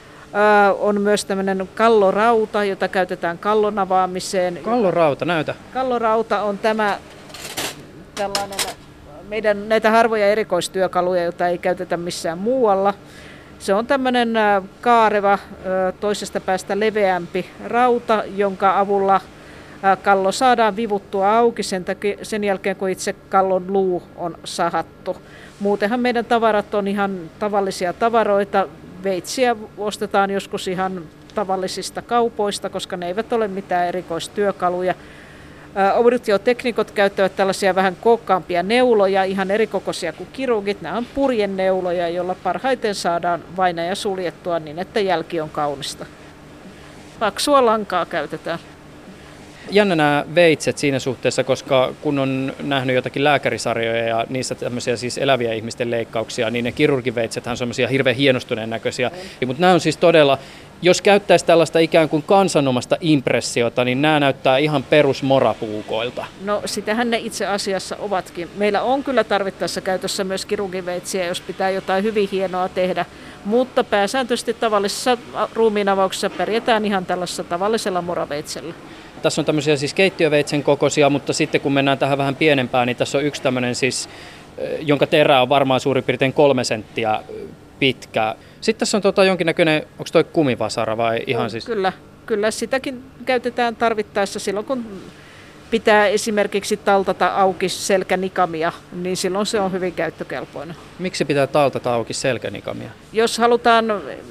On myös tämmöinen kallorauta, jota käytetään kallon avaamiseen. Kallorauta, näytä. Kallorauta on tämä tällainen meidän näitä harvoja erikoistyökaluja, joita ei käytetä missään muualla. Se on tämmöinen kaareva, toisesta päästä leveämpi rauta, jonka avulla Kallo saadaan vivuttua auki sen, takia, sen jälkeen, kun itse kallon luu on sahattu. Muutenhan meidän tavarat on ihan tavallisia tavaroita. Veitsiä ostetaan joskus ihan tavallisista kaupoista, koska ne eivät ole mitään erikoistyökaluja. Obduktionteknikot käyttävät tällaisia vähän kookkaampia neuloja, ihan erikokoisia kuin kirurgit. Nämä on purjeneuloja, joilla parhaiten saadaan vainaja suljettua niin, että jälki on kaunista. Paksua lankaa käytetään. Jännä nämä veitset siinä suhteessa, koska kun on nähnyt jotakin lääkärisarjoja ja niissä tämmöisiä siis eläviä ihmisten leikkauksia, niin ne kirurgiveitsethän on semmoisia hirveän hienostuneen näköisiä. Mutta nämä on siis todella, jos käyttäisi tällaista ikään kuin kansanomasta impressiota, niin nämä näyttää ihan perusmorapuukoilta. No sitähän ne itse asiassa ovatkin. Meillä on kyllä tarvittaessa käytössä myös kirurgiveitsiä, jos pitää jotain hyvin hienoa tehdä. Mutta pääsääntöisesti tavallisessa ruumiinavauksessa pärjätään ihan tällaisella tavallisella moraveitsellä. Tässä on tämmöisiä siis keittiöveitsen kokoisia, mutta sitten kun mennään tähän vähän pienempään, niin tässä on yksi tämmöinen siis, jonka terä on varmaan suurin piirtein kolme senttiä pitkä. Sitten tässä on tota jonkinnäköinen, onko toi kumivasara vai ihan on, siis? Kyllä, kyllä sitäkin käytetään tarvittaessa silloin, kun pitää esimerkiksi taltata auki selkänikamia, niin silloin se on hyvin käyttökelpoinen. Miksi pitää taltata auki selkänikamia? Jos halutaan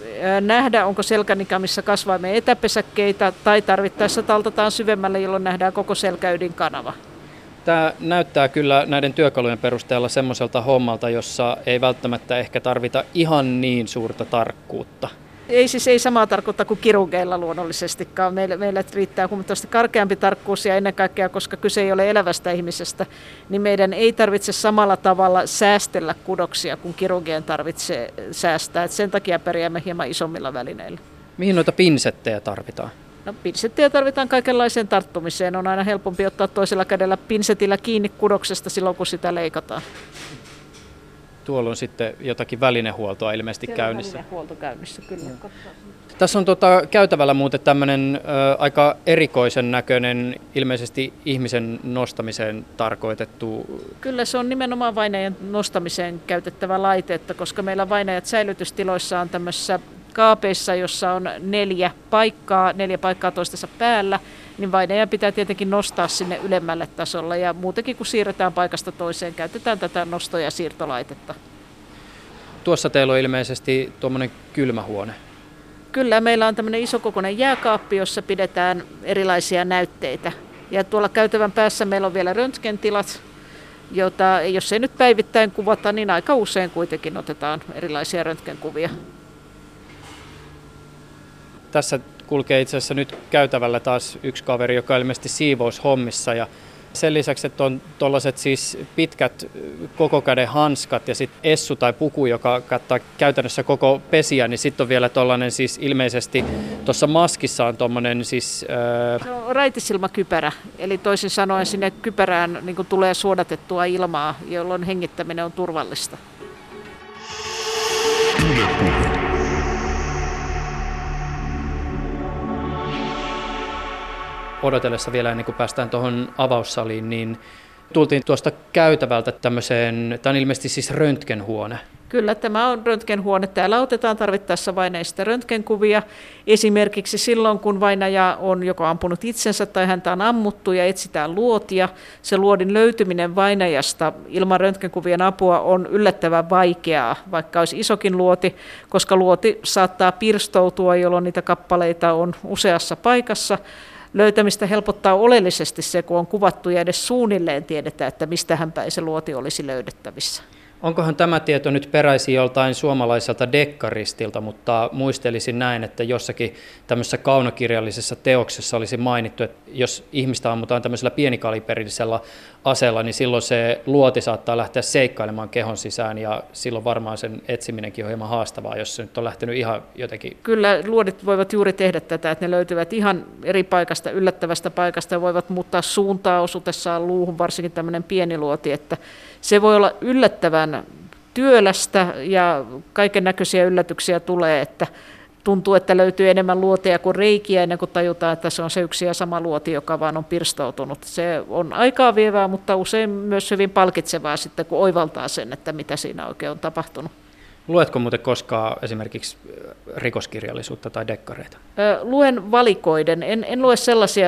nähdä, onko selkänikamissa kasvaimen etäpesäkkeitä tai tarvittaessa taltataan syvemmälle, jolloin nähdään koko selkäydinkanava. Tämä näyttää kyllä näiden työkalujen perusteella semmoiselta hommalta, jossa ei välttämättä ehkä tarvita ihan niin suurta tarkkuutta. Ei siis ei samaa tarkoittaa kuin kirurgeilla luonnollisestikaan. Meillä, meillä riittää huomattavasti karkeampi tarkkuus ja ennen kaikkea, koska kyse ei ole elävästä ihmisestä, niin meidän ei tarvitse samalla tavalla säästellä kudoksia kuin kirurgien tarvitsee säästää. Et sen takia pärjäämme hieman isommilla välineillä. Mihin noita pinsettejä tarvitaan? No, pinsettejä tarvitaan kaikenlaiseen tarttumiseen. On aina helpompi ottaa toisella kädellä pinsetillä kiinni kudoksesta silloin, kun sitä leikataan. Tuolla on sitten jotakin välinehuoltoa ilmeisesti Siellä käynnissä. Välinehuolto käynnissä, kyllä. Tässä on tota, käytävällä muuten tämmöinen ö, aika erikoisen näköinen, ilmeisesti ihmisen nostamiseen tarkoitettu. Kyllä se on nimenomaan vainajan nostamiseen käytettävä laite, että koska meillä vainajat säilytystiloissa on tämmöisissä kaapeissa, jossa on neljä paikkaa, neljä paikkaa toistensa päällä, niin vainaja pitää tietenkin nostaa sinne ylemmälle tasolle ja muutenkin kun siirretään paikasta toiseen, käytetään tätä nosto- ja siirtolaitetta. Tuossa teillä on ilmeisesti tuommoinen kylmähuone. Kyllä, meillä on tämmöinen isokokoinen jääkaappi, jossa pidetään erilaisia näytteitä. Ja tuolla käytävän päässä meillä on vielä röntgentilat, jota jos ei nyt päivittäin kuvata, niin aika usein kuitenkin otetaan erilaisia röntgenkuvia. Tässä kulkee itse asiassa nyt käytävällä taas yksi kaveri, joka on ilmeisesti siivoushommissa. Ja sen lisäksi, että on tuollaiset siis pitkät koko käden hanskat ja sitten essu tai puku, joka kattaa käytännössä koko pesiä, niin sitten on vielä tuollainen siis ilmeisesti tuossa maskissa on tuommoinen siis... Ää... Se on raitisilmakypärä, eli toisin sanoen sinne kypärään niin kuin tulee suodatettua ilmaa, jolloin hengittäminen on turvallista. Odotellessa vielä ennen kuin päästään tuohon avaussaliin, niin tultiin tuosta käytävältä tämmöiseen, tämä on ilmeisesti siis röntgenhuone. Kyllä, tämä on röntgenhuone. Täällä otetaan tarvittaessa vainajista röntgenkuvia. Esimerkiksi silloin, kun vainaja on joko ampunut itsensä tai häntä on ammuttu ja etsitään luotia. Se luodin löytyminen vainajasta ilman röntgenkuvien apua on yllättävän vaikeaa, vaikka olisi isokin luoti, koska luoti saattaa pirstoutua, jolloin niitä kappaleita on useassa paikassa. Löytämistä helpottaa oleellisesti se, kun on kuvattu ja edes suunnilleen tiedetään, että mistähän päin se luoti olisi löydettävissä. Onkohan tämä tieto nyt peräisin joltain suomalaiselta dekkaristilta, mutta muistelisin näin, että jossakin tämmöisessä kaunokirjallisessa teoksessa olisi mainittu, että jos ihmistä ammutaan tämmöisellä pienikaliberisella aseella, niin silloin se luoti saattaa lähteä seikkailemaan kehon sisään ja silloin varmaan sen etsiminenkin on hieman haastavaa, jos se nyt on lähtenyt ihan jotenkin. Kyllä luodit voivat juuri tehdä tätä, että ne löytyvät ihan eri paikasta, yllättävästä paikasta ja voivat muuttaa suuntaa osutessaan luuhun, varsinkin tämmöinen pieni luoti, että se voi olla yllättävän työlästä ja kaiken näköisiä yllätyksiä tulee, että tuntuu, että löytyy enemmän luoteja kuin reikiä ennen kuin tajutaan, että se on se yksi ja sama luoti, joka vaan on pirstoutunut. Se on aikaa vievää, mutta usein myös hyvin palkitsevaa sitten, kun oivaltaa sen, että mitä siinä oikein on tapahtunut. Luetko muuten koskaan esimerkiksi rikoskirjallisuutta tai dekkareita? Luen valikoiden. En, en lue sellaisia, jotka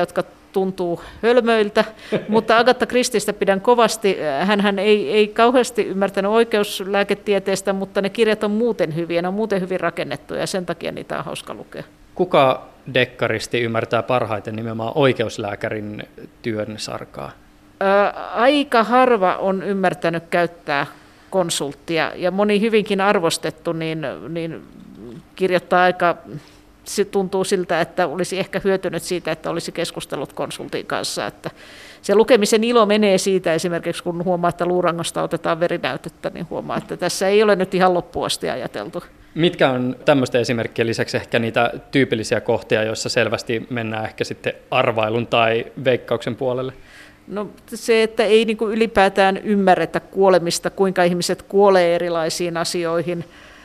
tuntuu hölmöiltä, mutta Agatha Christiestä pidän kovasti. Hänhän ei, ei kauheasti ymmärtänyt oikeuslääketieteestä, mutta ne kirjat on muuten hyviä, ne on muuten hyvin rakennettuja ja sen takia niitä on hauska lukea. Kuka dekkaristi ymmärtää parhaiten nimenomaan oikeuslääkärin työn sarkaa? Ää, aika harva on ymmärtänyt käyttää konsulttia ja moni hyvinkin arvostettu niin, niin kirjoittaa aika, se tuntuu siltä, että olisi ehkä hyötynyt siitä, että olisi keskustellut konsultin kanssa. Että se lukemisen ilo menee siitä esimerkiksi, kun huomaa, että luurangosta otetaan verinäytettä, niin huomaa, että tässä ei ole nyt ihan loppuun asti ajateltu. Mitkä on tämmöisten esimerkkien lisäksi ehkä niitä tyypillisiä kohtia, joissa selvästi mennään ehkä sitten arvailun tai veikkauksen puolelle? No se, että ei niin kuin ylipäätään ymmärretä kuolemista, kuinka ihmiset kuolee erilaisiin asioihin,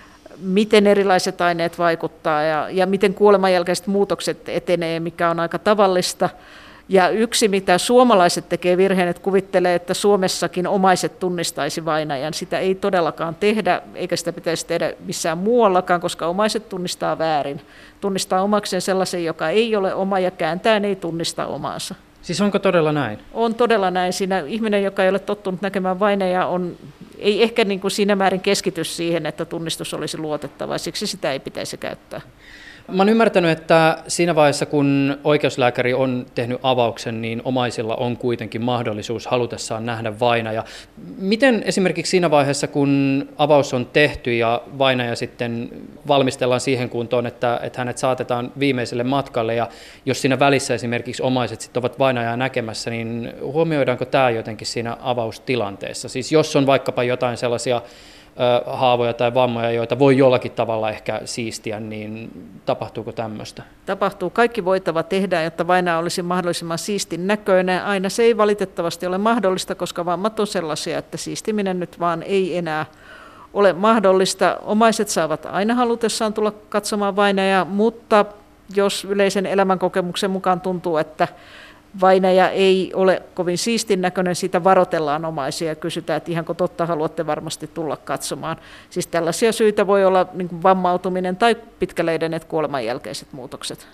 miten erilaiset aineet vaikuttaa ja, ja miten kuoleman jälkeiset muutokset etenee, mikä on aika tavallista. Ja yksi, mitä suomalaiset tekee virheen, että kuvittelee, että Suomessakin omaiset tunnistaisi vainajan. Sitä ei todellakaan tehdä, eikä sitä pitäisi tehdä missään muuallakaan, koska omaiset tunnistaa väärin. Tunnistaa omakseen sellaisen, joka ei ole oma, ja kääntäen ei tunnista omaansa. Siis onko todella näin? On todella näin. Siinä ihminen, joka ei ole tottunut näkemään vainajaa, on, ei ehkä niin kuin siinä määrin keskitys siihen, että tunnistus olisi luotettava, siksi sitä ei pitäisi käyttää. Mä oon ymmärtänyt, että siinä vaiheessa, kun oikeuslääkäri on tehnyt avauksen, niin omaisilla on kuitenkin mahdollisuus halutessaan nähdä vainaja. Miten esimerkiksi siinä vaiheessa, kun avaus on tehty ja vainaja sitten valmistellaan siihen kuntoon, että, että hänet saatetaan viimeiselle matkalle, ja jos siinä välissä esimerkiksi omaiset sitten ovat vainajaa näkemässä, niin huomioidaanko tämä jotenkin siinä avaustilanteessa? Siis jos on vaikkapa jotain sellaisia haavoja tai vammoja, joita voi jollakin tavalla ehkä siistiä, niin tapahtuuko tämmöistä? Tapahtuu. Kaikki voitava tehdään, jotta vainaja olisi mahdollisimman siistin näköinen. Aina se ei valitettavasti ole mahdollista, koska vammat on sellaisia, että siistiminen nyt vaan ei enää ole mahdollista. Omaiset saavat aina halutessaan tulla katsomaan vainajaa, mutta jos yleisen elämänkokemuksen mukaan tuntuu, että vainaja ei ole kovin siistin näköinen, siitä varoitellaan omaisia ja kysytään, että ihanko totta haluatte varmasti tulla katsomaan. Siis tällaisia syitä voi olla niin kuin vammautuminen tai pitkälle edenneet kuoleman jälkeiset muutokset.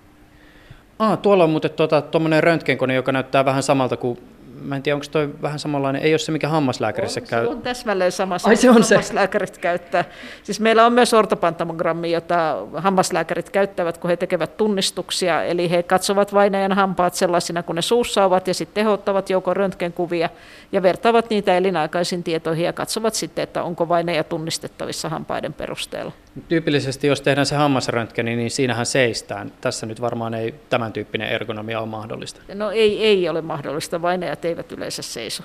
Ah, tuolla on muuten tuommoinen tuota, röntgenkone, joka näyttää vähän samalta kuin, mä en tiedä, onko toi vähän samanlainen, ei ole se, mikä hammaslääkärissä on, käy. Se on täsmälleen sama, Ai, se on hammaslääkärit se. Käyttää. Siis meillä on myös ortopantomogrammi, jota hammaslääkärit käyttävät, kun he tekevät tunnistuksia, eli he katsovat vainajan hampaat sellaisina, kun ne suussa ovat, ja sitten he ottavat joukon röntgenkuvia ja vertaavat niitä elinaikaisiin tietoihin ja katsovat sitten, että onko vainaja tunnistettavissa hampaiden perusteella. Tyypillisesti, jos tehdään se hammasröntgeni, niin siinähän seistään. Tässä nyt varmaan ei tämän tyyppinen ergonomia ole mahdollista. No ei, ei ole mahdollista, vainajat eivät yleensä seiso.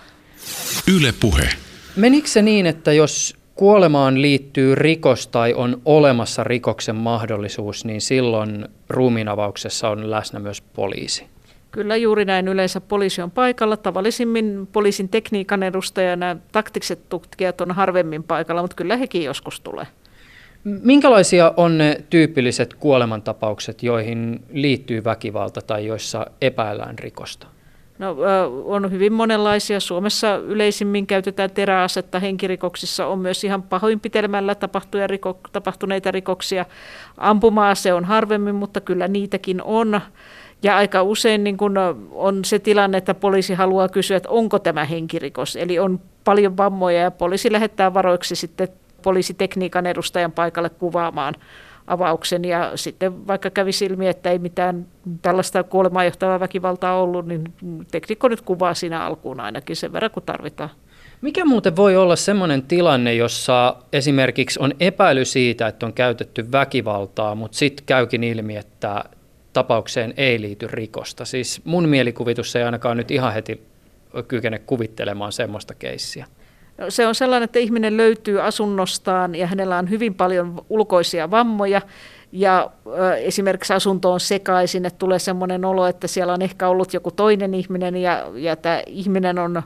Yle Puhe. Menikö se niin, että jos kuolemaan liittyy rikos tai on olemassa rikoksen mahdollisuus, niin silloin ruumiinavauksessa on läsnä myös poliisi? Kyllä juuri näin. Yleensä poliisi on paikalla. Tavallisimmin poliisin tekniikan edustajana taktiset tutkijat on harvemmin paikalla, mutta kyllä hekin joskus tulee. Minkälaisia on ne tyypilliset kuolemantapaukset, joihin liittyy väkivalta tai joissa epäillään rikosta? No, on hyvin monenlaisia. Suomessa yleisimmin käytetään teräasetta. Henkirikoksissa on myös ihan pahoinpitelemällä tapahtuneita rikoksia. Ampuma-ase on harvemmin, mutta kyllä niitäkin on. Ja aika usein niin kun on se tilanne, että poliisi haluaa kysyä, että onko tämä henkirikos. Eli on paljon vammoja ja poliisi lähettää varoiksi sitten poliisitekniikan edustajan paikalle kuvaamaan avauksen, ja sitten vaikka kävi ilmi, että ei mitään tällaista kuolemaan johtavaa väkivaltaa ollut, niin teknikko nyt kuvaa siinä alkuun ainakin sen verran, kun tarvitaan. Mikä muuten voi olla sellainen tilanne, jossa esimerkiksi on epäily siitä, että on käytetty väkivaltaa, mutta sitten käykin ilmi, että tapaukseen ei liity rikosta? Siis mun mielikuvitus ei ainakaan nyt ihan heti kykene kuvittelemaan semmoista keissiä. No, se on sellainen, että ihminen löytyy asunnostaan ja hänellä on hyvin paljon ulkoisia vammoja ja ö, esimerkiksi asunto on sekaisin, että tulee semmoinen olo, että siellä on ehkä ollut joku toinen ihminen ja, ja tämä ihminen on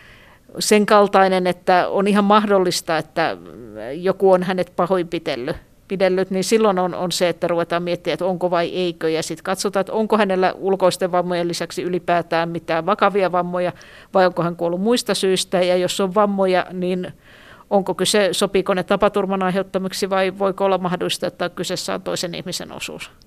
sen kaltainen, että on ihan mahdollista, että joku on hänet pahoinpidellyt. Pidellyt, niin silloin on, on se, että ruvetaan miettimään, että onko vai eikö, ja sitten katsotaan, että onko hänellä ulkoisten vammojen lisäksi ylipäätään mitään vakavia vammoja, vai onko hän kuollut muista syistä, ja jos on vammoja, niin onko kyse, sopiiko ne tapaturman aiheuttamiksi, vai voiko olla mahdollista, että kyseessä on toisen ihmisen osuus?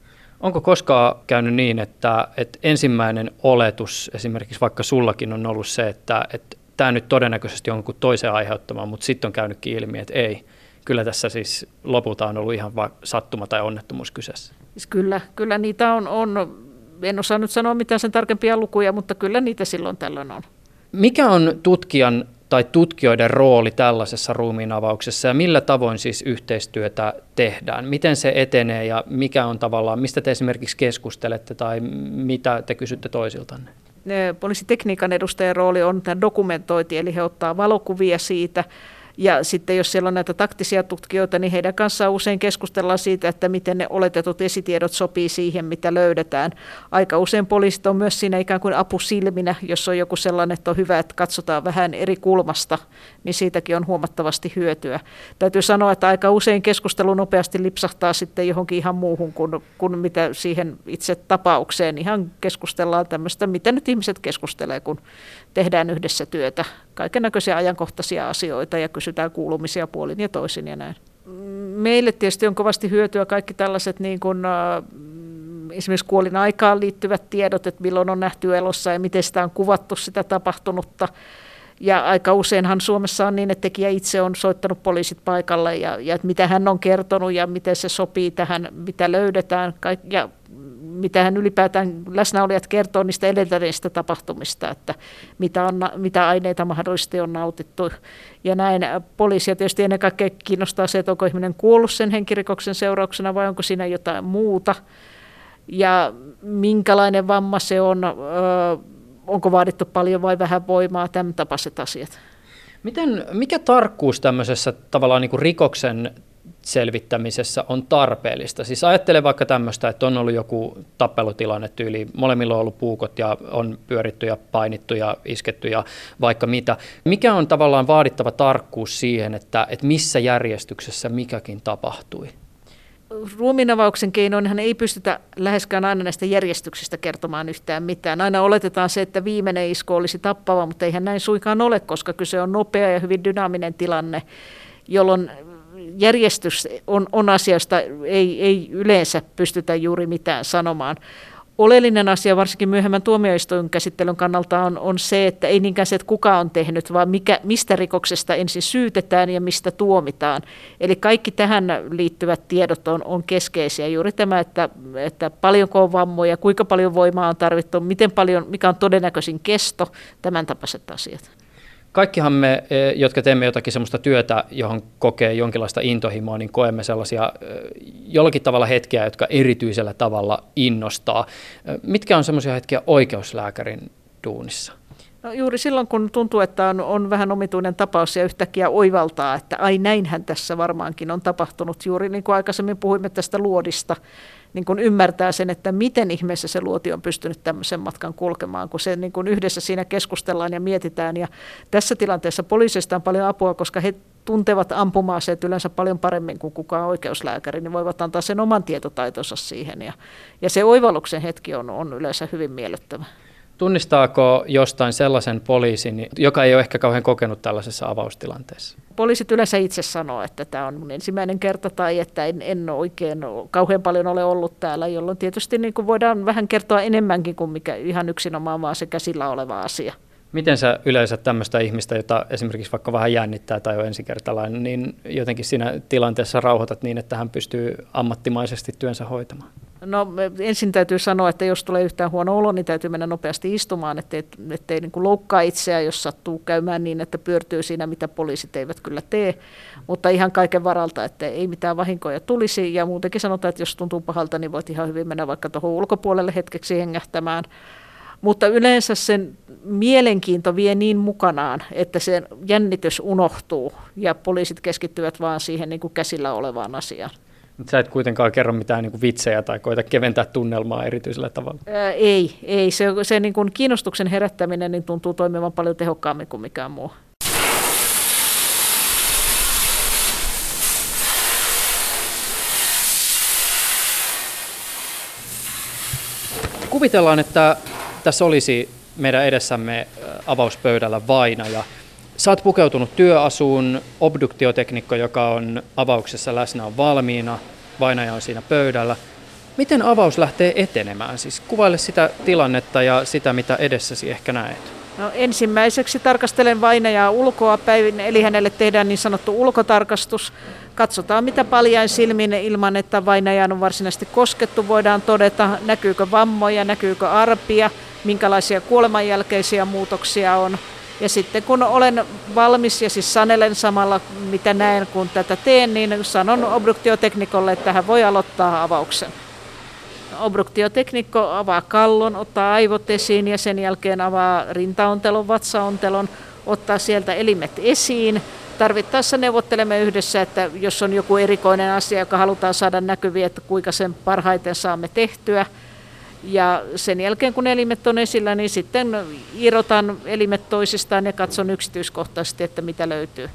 Onko koskaan käynyt niin, että, että ensimmäinen oletus, esimerkiksi vaikka sullakin on ollut se, että, että tämä nyt todennäköisesti on jonkun toisen aiheuttama, mutta sitten on käynytkin ilmi, että ei. Kyllä tässä siis lopulta on ollut ihan vain sattuma tai onnettomuus kyseessä. Siis kyllä, kyllä niitä on, on, en osaa nyt sanoa mitään sen tarkempia lukuja, mutta kyllä niitä silloin tällöin on. Mikä on tutkijan tai tutkijoiden rooli tällaisessa ruumiinavauksessa ja millä tavoin siis yhteistyötä tehdään? Miten se etenee ja mikä on tavallaan, mistä te esimerkiksi keskustelette tai mitä te kysytte toisiltanne? Poliisitekniikan edustajan rooli on tämä dokumentointi, eli he ottaa valokuvia siitä. Ja sitten jos siellä on näitä taktisia tutkijoita, niin heidän kanssaan usein keskustellaan siitä, että miten ne oletetut esitiedot sopii siihen, mitä löydetään. Aika usein poliisit on myös siinä ikään kuin apusilminä, jos on joku sellainen, että on hyvä, että katsotaan vähän eri kulmasta, niin siitäkin on huomattavasti hyötyä. Täytyy sanoa, että aika usein keskustelu nopeasti lipsahtaa sitten johonkin ihan muuhun kuin, kuin mitä siihen itse tapaukseen. Ihan keskustellaan tämmöistä, mitä nyt ihmiset keskustelee, kun tehdään yhdessä työtä. Kaikennäköisiä ajankohtaisia asioita ja kysytään kuulumisia puolin ja toisin ja näin. Meille tietysti on kovasti hyötyä kaikki tällaiset niin kuin, äh, esimerkiksi kuolin aikaan liittyvät tiedot, että milloin on nähty elossa ja miten sitä on kuvattu sitä tapahtunutta. Ja aika useinhan Suomessa on niin, että tekijä itse on soittanut poliisit paikalle ja, ja että mitä hän on kertonut ja miten se sopii tähän, mitä löydetään ja mitä hän ylipäätään läsnäolijat kertoo niistä edeltäneistä tapahtumista, että mitä, on, mitä aineita mahdollisesti on nautittu. Ja näin poliisia tietysti ennen kaikkea kiinnostaa se, että onko ihminen kuollut sen henkirikoksen seurauksena vai onko siinä jotain muuta. Ja minkälainen vamma se on, onko vaadittu paljon vai vähän voimaa, tämän tapaiset asiat. Miten, mikä tarkkuus tämmöisessä tavallaan niin kuin rikoksen selvittämisessä on tarpeellista? Siis ajattele vaikka tämmöistä, että on ollut joku tappelutilanne tyyli, molemmilla on ollut puukot ja on pyöritty ja painittu ja isketty ja vaikka mitä. Mikä on tavallaan vaadittava tarkkuus siihen, että, että missä järjestyksessä mikäkin tapahtui? Ruumiinavauksen keinoinhan ei pystytä läheskään aina näistä järjestyksistä kertomaan yhtään mitään. Aina oletetaan se, että viimeinen isku olisi tappava, mutta eihän näin suinkaan ole, koska kyse on nopea ja hyvin dynaaminen tilanne, jolloin järjestys on, on asia, josta ei, ei yleensä pystytä juuri mitään sanomaan. Oleellinen asia varsinkin myöhemmän tuomioistuin käsittelyn kannalta on, on se, että ei niinkään se, että kuka on tehnyt, vaan mikä, mistä rikoksesta ensin syytetään ja mistä tuomitaan. Eli kaikki tähän liittyvät tiedot on, on keskeisiä. Juuri tämä, että, että paljonko on vammoja, kuinka paljon voimaa on tarvittu, miten paljon, mikä on todennäköisin kesto, tämän tapaiset asiat. Kaikkihan me, jotka teemme jotakin sellaista työtä, johon kokee jonkinlaista intohimoa, niin koemme sellaisia jollakin tavalla hetkiä, jotka erityisellä tavalla innostaa. Mitkä on sellaisia hetkiä oikeuslääkärin duunissa? No juuri silloin, kun tuntuu, että on, on vähän omituinen tapaus ja yhtäkkiä oivaltaa, että ai näinhän tässä varmaankin on tapahtunut. Juuri niin kuin aikaisemmin puhuimme tästä luodista, niin kun ymmärtää sen, että miten ihmeessä se luoti on pystynyt tämmöisen matkan kulkemaan, kun se niin kun yhdessä siinä keskustellaan ja mietitään. Ja tässä tilanteessa poliisista on paljon apua, koska he tuntevat ampuma-aseet yleensä paljon paremmin kuin kukaan oikeuslääkäri, niin voivat antaa sen oman tietotaitonsa siihen. Ja, ja se oivalluksen hetki on, on yleensä hyvin miellyttävä. Tunnistaako jostain sellaisen poliisin, joka ei ole ehkä kauhean kokenut tällaisessa avaustilanteessa? Poliisit yleensä itse sanoo, että tämä on mun ensimmäinen kerta tai että en, en oikein kauhean paljon ole ollut täällä, jolloin tietysti niin kuin voidaan vähän kertoa enemmänkin kuin mikä ihan yksinomaan vaan se käsillä oleva asia. Miten sä yleensä tämmöistä ihmistä, jota esimerkiksi vaikka vähän jännittää tai on ensikertalainen, niin jotenkin siinä tilanteessa rauhoitat niin, että hän pystyy ammattimaisesti työnsä hoitamaan? No ensin täytyy sanoa, että jos tulee yhtään huono olo, niin täytyy mennä nopeasti istumaan, ettei, ettei niin kuin loukkaa itseään, jos sattuu käymään niin, että pyörtyy siinä, mitä poliisit eivät kyllä tee. Mutta ihan kaiken varalta, että ei mitään vahinkoja tulisi. Ja muutenkin sanotaan, että jos tuntuu pahalta, niin voit ihan hyvin mennä vaikka tuohon ulkopuolelle hetkeksi hengähtämään. Mutta yleensä sen mielenkiinto vie niin mukanaan, että se jännitys unohtuu ja poliisit keskittyvät vaan siihen niin kuin käsillä olevaan asiaan. Mutta sä et kuitenkaan kerro mitään niin kuin vitsejä tai koita keventää tunnelmaa erityisellä tavalla. Ää, ei, ei. Se, se niin kuin kiinnostuksen herättäminen niin tuntuu toimivan paljon tehokkaammin kuin mikään muu. Kuvitellaan, että tässä olisi meidän edessämme avauspöydällä vainaja. Sä oot pukeutunut työasuun, obduktioteknikko, joka on avauksessa läsnä, on valmiina, vainaja on siinä pöydällä. Miten avaus lähtee etenemään? Siis kuvaile sitä tilannetta ja sitä, mitä edessäsi ehkä näet. No, ensimmäiseksi tarkastelen vainajaa ulkoa päin, eli hänelle tehdään niin sanottu ulkotarkastus. Katsotaan mitä paljain silmin ilman, että vainajaan on varsinaisesti koskettu. Voidaan todeta, näkyykö vammoja, näkyykö arpia, minkälaisia kuolemanjälkeisiä muutoksia on. Ja sitten kun olen valmis ja siis sanelen samalla mitä näen kun tätä teen, niin sanon obduktioteknikolle, että hän voi aloittaa avauksen. Obduktioteknikko avaa kallon, ottaa aivot esiin ja sen jälkeen avaa rintaontelon, vatsaontelon, ottaa sieltä elimet esiin. Tarvittaessa neuvottelemme yhdessä, että jos on joku erikoinen asia, joka halutaan saada näkyviin, että kuinka sen parhaiten saamme tehtyä. Ja sen jälkeen kun elimet on esillä, niin sitten irrotan elimet toisistaan ja katson yksityiskohtaisesti, että mitä löytyy.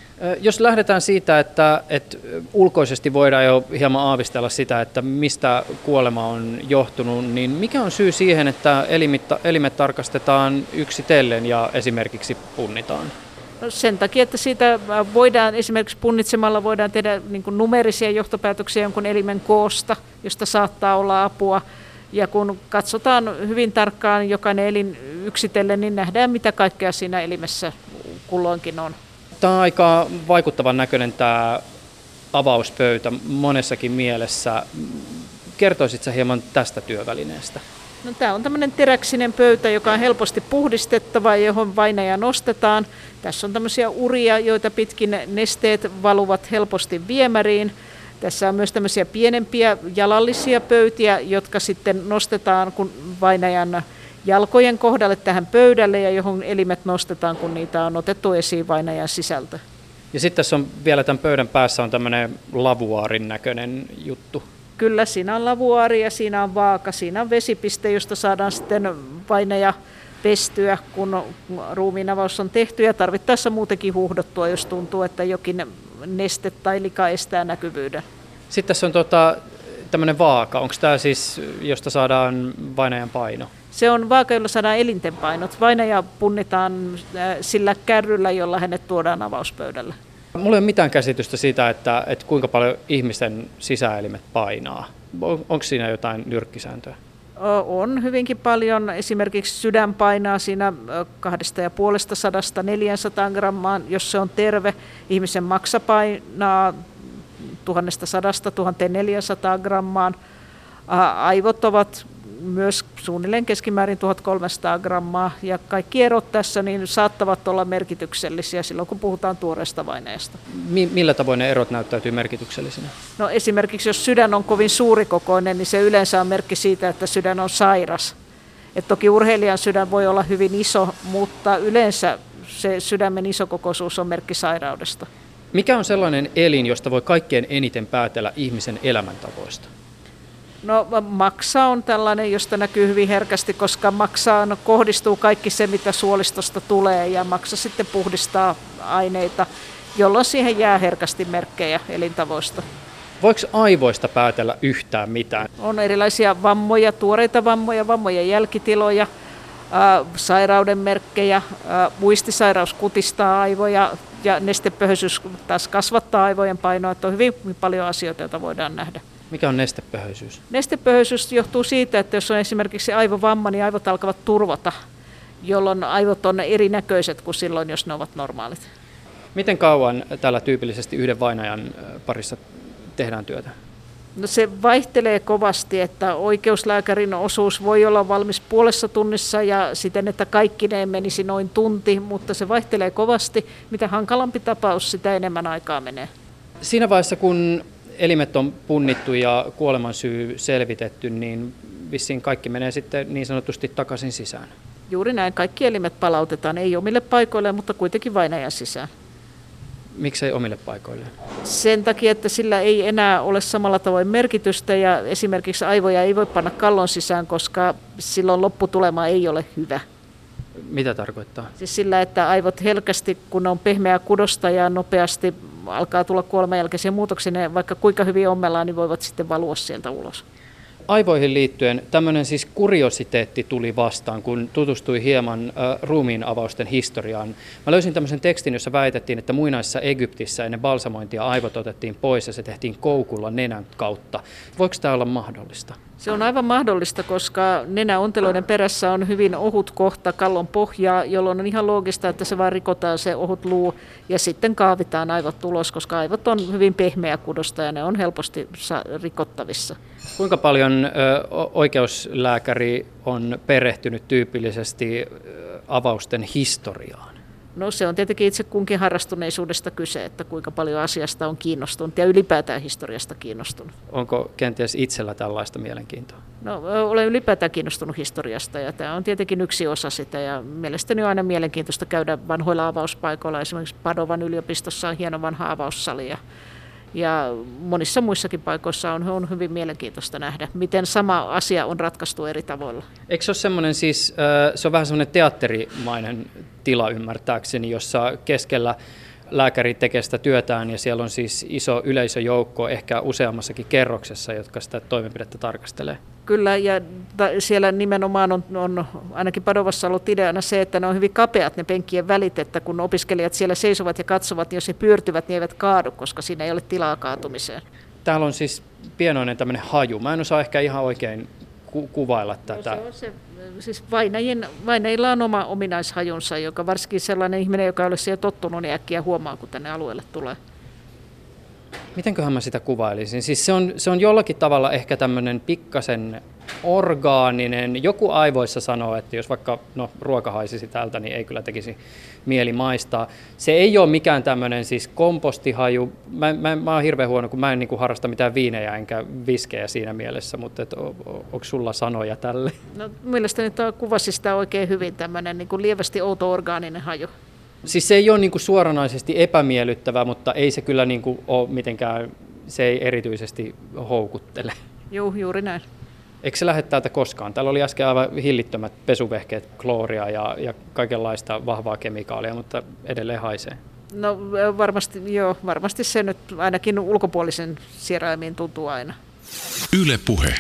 Jos lähdetään siitä, että, että ulkoisesti voidaan jo hieman aavistella sitä, että mistä kuolema on johtunut, niin mikä on syy siihen, että elimet, elimet tarkastetaan yksitellen ja esimerkiksi punnitaan? No sen takia, että siitä voidaan esimerkiksi punnitsemalla voidaan tehdä niin kuin numerisia johtopäätöksiä jonkun elimen koosta, josta saattaa olla apua. Ja kun katsotaan hyvin tarkkaan jokainen elin yksitellen, niin nähdään mitä kaikkea siinä elimessä kulloinkin on. Tämä on aika vaikuttavan näköinen tämä avauspöytä monessakin mielessä. Kertoisitko hieman tästä työvälineestä? No, tämä on tämmöinen teräksinen pöytä, joka on helposti puhdistettava ja johon vainaja nostetaan. Tässä on tämmöisiä uria, joita pitkin nesteet valuvat helposti viemäriin. Tässä on myös tämmöisiä pienempiä jalallisia pöytiä, jotka sitten nostetaan kun vainajan jalkojen kohdalle tähän pöydälle ja johon elimet nostetaan, kun niitä on otettu esiin vainajan sisältä. Ja sitten tässä on vielä tämän pöydän päässä on tämmöinen lavuaarin näköinen juttu. Kyllä, siinä on lavuaari ja siinä on vaaka, siinä on vesipiste, josta saadaan sitten vainaja pestyä, kun ruumiin avaus on tehty ja tarvittaessa muutenkin huuhdottua, jos tuntuu, että jokin neste tai lika estää näkyvyyden. Sitten tässä on tota, tämmöinen vaaka. Onko tämä siis, josta saadaan vainajan paino? Se on vaaka, jolla saadaan elinten painot. Vainaja punnitaan sillä kärryllä, jolla hänet tuodaan avauspöydälle. Mulla ei ole mitään käsitystä siitä, että, että kuinka paljon ihmisten sisäelimet painaa. On, onko siinä jotain nyrkkisääntöä? On hyvinkin paljon. Esimerkiksi sydän painaa siinä kahdesta ja puolesta sadasta neljäsataa grammaan, jos se on terve. Ihmisen maksa painaa tuhannesta sadasta tuhanteen neljäsataan grammaan. Aivot ovat myös suunnilleen keskimäärin tuhatkolmesataa grammaa ja kaikki erot tässä niin saattavat olla merkityksellisiä silloin, kun puhutaan tuoreesta vainajasta. Millä tavoin ne erot näyttäytyy merkityksellisinä? No esimerkiksi jos sydän on kovin suurikokoinen, niin se yleensä on merkki siitä, että sydän on sairas. Et toki urheilijan sydän voi olla hyvin iso, mutta yleensä se sydämen isokokoisuus on merkki sairaudesta. Mikä on sellainen elin, josta voi kaikkein eniten päätellä ihmisen elämäntavoista? No maksa on tällainen, josta näkyy hyvin herkästi, koska maksaan kohdistuu kaikki se, mitä suolistosta tulee ja maksa sitten puhdistaa aineita, jolloin siihen jää herkästi merkkejä elintavoista. Voiko aivoista päätellä yhtään mitään? On erilaisia vammoja, tuoreita vammoja, vammojen jälkitiloja, ää, sairauden merkkejä, ää, muistisairaus kutistaa aivoja ja nestepöhöisyys taas kasvattaa aivojen painoa, että on hyvin paljon asioita, joita voidaan nähdä. Mikä on nestepöhöisyys? Nestepöhöisyys johtuu siitä, että jos on esimerkiksi aivovamma, niin aivot alkavat turvota, jolloin aivot on erinäköiset kuin silloin, jos ne ovat normaalit. Miten kauan tällä tyypillisesti yhden vainajan parissa tehdään työtä? No se vaihtelee kovasti, että oikeuslääkärin osuus voi olla valmis puolessa tunnissa ja siten, että kaikkineen menisi noin tunti, mutta se vaihtelee kovasti. Mitä hankalampi tapaus, sitä enemmän aikaa menee. Siinä vaiheessa, kun elimet on punnittu ja kuolemansyy selvitetty, niin vissiin kaikki menee sitten niin sanotusti takaisin sisään. Juuri näin. Kaikki elimet palautetaan, ei omille paikoilleen, mutta kuitenkin vainajan sisään. Miksei omille paikoilleen? Sen takia, että sillä ei enää ole samalla tavoin merkitystä ja esimerkiksi aivoja ei voi panna kallon sisään, koska silloin lopputulema ei ole hyvä. Mitä tarkoittaa? Siis sillä, että aivot helkästi, kun on pehmeää kudosta ja nopeasti alkaa tulla kuoleman jälkeisiä muutoksia, ne vaikka kuinka hyvin ommellaan, niin voivat sitten valua sieltä ulos. aivoihin liittyen tämmöinen siis kuriositeetti tuli vastaan, kun tutustui hieman äh, ruumiin avausten historiaan. Mä löysin tämmöisen tekstin, jossa väitettiin, että muinaisessa Egyptissä ennen balsamointia aivot otettiin pois ja se tehtiin koukulla nenän kautta. Voiko tämä olla mahdollista? Se on aivan mahdollista, koska nenäonteloiden perässä on hyvin ohut kohta kallon pohjaa, jolloin on ihan loogista, että se vaan rikotaan se ohut luu ja sitten kaavitaan aivot ulos, koska aivot on hyvin pehmeä kudosta ja ne on helposti rikottavissa. Kuinka paljon ö, oikeuslääkäri on perehtynyt tyypillisesti avausten historiaan? No se on tietenkin itse kunkin harrastuneisuudesta kyse, että kuinka paljon asiasta on kiinnostunut ja ylipäätään historiasta kiinnostunut. Onko kenties itsellä tällaista mielenkiintoa? No olen ylipäätään kiinnostunut historiasta ja tämä on tietenkin yksi osa sitä ja mielestäni on aina mielenkiintoista käydä vanhoilla avauspaikoilla. Esimerkiksi Padovan yliopistossa on hieno vanha avaussali ja, ja monissa muissakin paikoissa on, on hyvin mielenkiintoista nähdä, miten sama asia on ratkaistu eri tavoilla. Eikö se ole semmoinen siis, se on vähän semmoinen teatterimainen tila ymmärtääkseni, jossa keskellä lääkäri tekee sitä työtään ja siellä on siis iso yleisöjoukko, ehkä useammassakin kerroksessa, jotka sitä toimenpidettä tarkastelee. Kyllä, ja siellä nimenomaan on, on ainakin Padovassa ollut ideana se, että ne on hyvin kapeat ne penkkien välit, että kun opiskelijat siellä seisovat ja katsovat, niin jos he pyörtyvät, niin eivät kaadu, koska siinä ei ole tilaa kaatumiseen. Täällä on siis pienoinen tämmöinen haju. Mä en osaa ehkä ihan oikein ku- kuvailla tätä. No se on se, siis vainajien, vainajilla on oma ominaishajunsa, joka varsinkin sellainen ihminen, joka ei ole siihen tottunut, niin äkkiä huomaa, kun tänne alueelle tulee. Mitenköhän mä sitä kuvailisin? Siis se on, se on jollakin tavalla ehkä tämmöinen pikkasen orgaaninen. Joku aivoissa sanoo, että jos vaikka no, ruoka haisisi täältä, niin ei kyllä tekisi mieli maistaa. Se ei ole mikään tämmöinen siis kompostihaju. Mä, mä, mä oon hirveän huono, kun mä en niin kuin harrasta mitään viinejä enkä viskejä siinä mielessä, mutta et, o, o, onko sulla sanoja tälle? No, mielestäni tuo kuvasi sitä oikein hyvin, tämmöinen niin kuin lievästi outo orgaaninen haju. Siis se ei ole niin kuin suoranaisesti epämiellyttävä, mutta ei se kyllä niin kuin ole mitenkään, se ei erityisesti houkuttele. Joo, juuri näin. Eikö se lähde täältä koskaan? Täällä oli äsken aivan hillittömät pesuvehkeet, klooria ja, ja kaikenlaista vahvaa kemikaalia, mutta edelleen haisee. No varmasti, joo, varmasti se nyt ainakin ulkopuolisen sieraimiin tuntuu aina. Yle Puhe.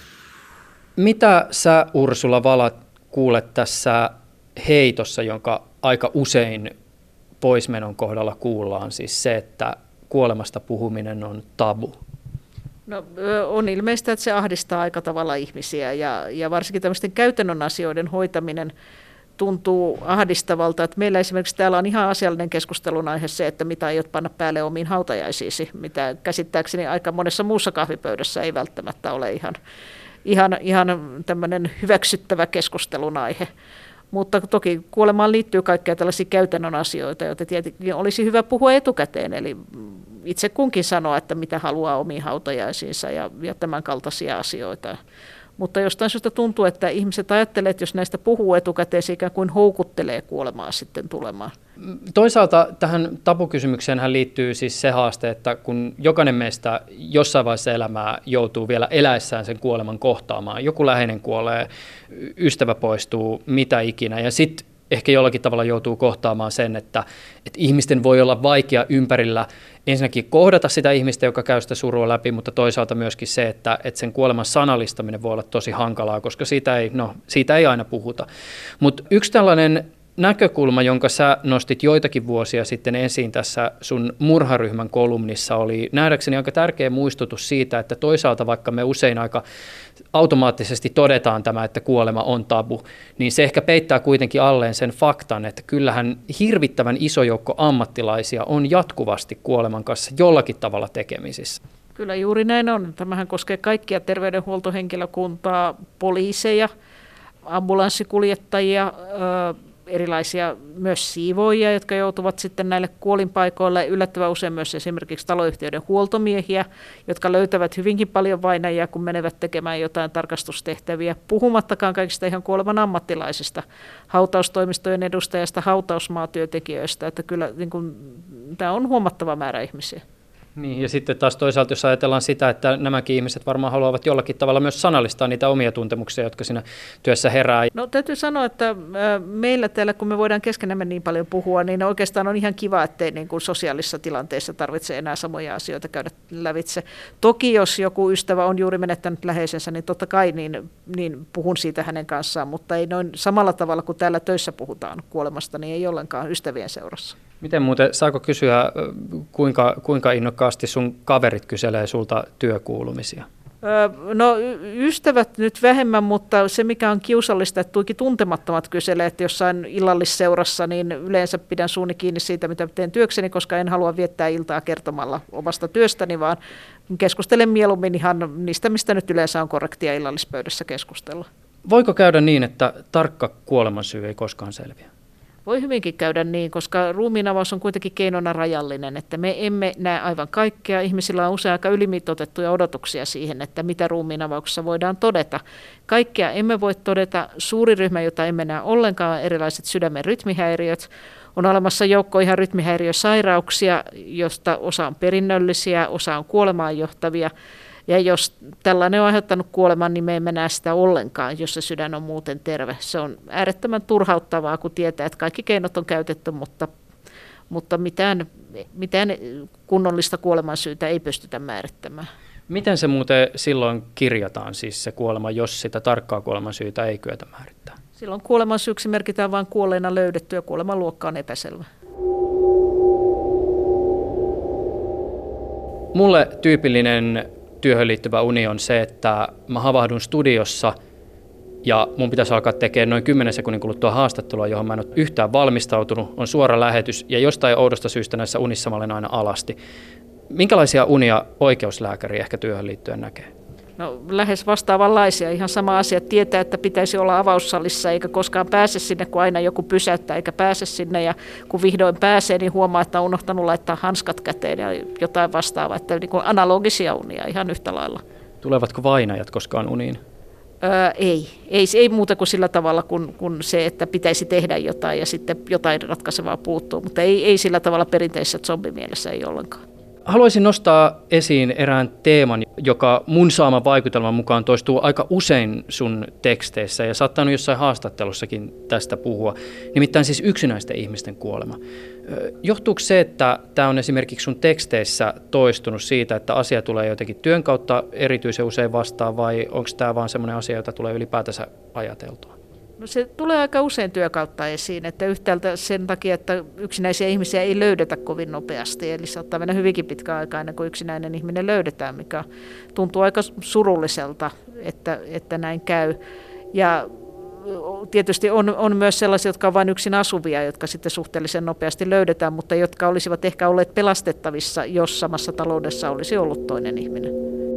Mitä sä, Ursula Vala, kuulet tässä heitossa, jonka aika usein poismenon kohdalla kuullaan, siis se, että kuolemasta puhuminen on tabu? No, on ilmeistä, että se ahdistaa aika tavalla ihmisiä ja, ja varsinkin tämmöisten käytännön asioiden hoitaminen tuntuu ahdistavalta. Että meillä esimerkiksi täällä on ihan asiallinen keskustelun aihe se, että mitä aiot panna päälle omiin hautajaisiisi, mitä käsittääkseni aika monessa muussa kahvipöydässä ei välttämättä ole ihan, ihan, ihan tämmöinen hyväksyttävä keskustelun aihe. Mutta toki kuolemaan liittyy kaikkea tällaisia käytännön asioita, joita tietenkin olisi hyvä puhua etukäteen. Eli itse kunkin sanoa, että mitä haluaa omiin hautajaisiinsa ja, ja tämän kaltaisia asioita. Mutta jostain syystä tuntuu, että ihmiset ajattelee, että jos näistä puhuu etukäteen, se ikään kuin houkuttelee kuolemaa sitten tulemaan. Toisaalta tähän tabukysymykseen liittyy siis se haaste, että kun jokainen meistä jossain vaiheessa elämää joutuu vielä eläessään sen kuoleman kohtaamaan, joku läheinen kuolee, ystävä poistuu, mitä ikinä, ja sitten ehkä jollakin tavalla joutuu kohtaamaan sen, että, että ihmisten voi olla vaikea ympärillä ensinnäkin kohdata sitä ihmistä, joka käy sitä surua läpi, mutta toisaalta myöskin se, että, että sen kuoleman sanallistaminen voi olla tosi hankalaa, koska siitä ei, no, siitä ei aina puhuta. Mutta yksi tällainen näkökulma, jonka sä nostit joitakin vuosia sitten esiin tässä sun murharyhmän kolumnissa, oli nähdäkseni aika tärkeä muistutus siitä, että toisaalta vaikka me usein aika automaattisesti todetaan tämä, että kuolema on tabu, niin se ehkä peittää kuitenkin alleen sen faktan, että kyllähän hirvittävän iso joukko ammattilaisia on jatkuvasti kuoleman kanssa jollakin tavalla tekemisissä. Kyllä juuri näin on. Tämähän koskee kaikkia terveydenhuoltohenkilökuntaa, poliiseja, ambulanssikuljettajia, erilaisia myös siivoojia, jotka joutuvat sitten näille kuolinpaikoille, yllättävän usein myös esimerkiksi taloyhtiöiden huoltomiehiä, jotka löytävät hyvinkin paljon vainajia, kun menevät tekemään jotain tarkastustehtäviä, puhumattakaan kaikista ihan kuoleman ammattilaisista, hautaustoimistojen edustajista, hautausmaatyöntekijöistä, että kyllä niin kuin, tämä on huomattava määrä ihmisiä. Niin, ja sitten taas toisaalta, jos ajatellaan sitä, että nämäkin ihmiset varmaan haluavat jollakin tavalla myös sanallistaa niitä omia tuntemuksia, jotka siinä työssä herää. No täytyy sanoa, että meillä täällä, kun me voidaan keskenämme niin paljon puhua, niin oikeastaan on ihan kiva, ettei niin kuin sosiaalisissa tilanteissa tarvitse enää samoja asioita käydä lävitse. Toki jos joku ystävä on juuri menettänyt läheisensä, niin totta kai niin, niin puhun siitä hänen kanssaan, mutta ei noin samalla tavalla kuin täällä töissä puhutaan kuolemasta, niin ei ollenkaan ystävien seurassa. Miten muuten, saako kysyä, kuinka, kuinka innokkaasti sun kaverit kyselee sulta työkuulumisia? No ystävät nyt vähemmän, mutta se mikä on kiusallista, että tuikin tuntemattomat kyselee, että jossain illallisseurassa, niin yleensä pidän suuni kiinni siitä, mitä teen työkseni, koska en halua viettää iltaa kertomalla omasta työstäni, vaan keskustelen mieluummin ihan niistä, mistä nyt yleensä on korrektia illallispöydässä keskustella. Voiko käydä niin, että tarkka kuolemansyy ei koskaan selviä? Voi hyvinkin käydä niin, koska ruumiinavaus on kuitenkin keinona rajallinen, että me emme näe aivan kaikkea. Ihmisillä on usein aika ylimitoitettuja odotuksia siihen, että mitä ruumiinavauksessa voidaan todeta. Kaikkea emme voi todeta. Suuri ryhmä, jota emme näe ollenkaan, erilaiset sydämen rytmihäiriöt. On olemassa joukko ihan rytmihäiriösairauksia, joista osa on perinnöllisiä, osa on kuolemaan johtavia. Ja jos tällainen on aiheuttanut kuoleman, niin me emme näe sitä ollenkaan, jos se sydän on muuten terve. Se on äärettömän turhauttavaa, kun tietää, että kaikki keinot on käytetty, mutta, mutta mitään, mitään kunnollista kuolemansyytä ei pystytä määrittämään. Miten se muuten silloin kirjataan, siis se kuolema, jos sitä tarkkaa kuolemansyytä ei kyetä määrittämään? Silloin kuolemansyyksi merkitään vain kuolleena löydetty ja kuoleman luokka on epäselvä. Mulle tyypillinen työhön liittyvä uni on se, että mä havahdun studiossa ja mun pitäisi alkaa tekemään noin kymmenen sekunnin kuluttua haastattelua, johon mä en ole yhtään valmistautunut, on suora lähetys ja jostain oudosta syystä näissä unissa mä olen aina alasti. Minkälaisia unia oikeuslääkäri ehkä työhön liittyen näkee? No lähes vastaavanlaisia. Ihan sama asia. Tietää, että pitäisi olla avaussalissa eikä koskaan pääse sinne, kun aina joku pysäyttää eikä pääse sinne. Ja kun vihdoin pääsee, niin huomaa, että on unohtanut laittaa hanskat käteen ja jotain vastaavaa. Että niin kuin analogisia unia ihan yhtä lailla. Tulevatko vainajat koskaan uniin? Öö, ei. ei. Ei muuta kuin sillä tavalla kuin, kuin se, että pitäisi tehdä jotain ja sitten jotain ratkaisevaa puuttuu. Mutta ei, ei sillä tavalla perinteisessä zombimielessä ei ollenkaan. Haluaisin nostaa esiin erään teeman, joka mun saaman vaikutelman mukaan toistuu aika usein sun teksteissä ja saattanut jossain haastattelussakin tästä puhua, nimittäin siis yksinäisten ihmisten kuolema. Johtuuko se, että tämä on esimerkiksi sun teksteissä toistunut siitä, että asia tulee jotenkin työn kautta erityisen usein vastaan vai onko tämä vaan semmoinen asia, jota tulee ylipäätänsä ajateltua? No se tulee aika usein työkautta esiin, että yhtäältä sen takia, että yksinäisiä ihmisiä ei löydetä kovin nopeasti, eli saattaa mennä hyvinkin pitkään aikaa ennen kuin yksinäinen ihminen löydetään, mikä tuntuu aika surulliselta, että, että näin käy. Ja tietysti on, on myös sellaisia, jotka on vain yksin asuvia, jotka sitten suhteellisen nopeasti löydetään, mutta jotka olisivat ehkä olleet pelastettavissa, jos samassa taloudessa olisi ollut toinen ihminen.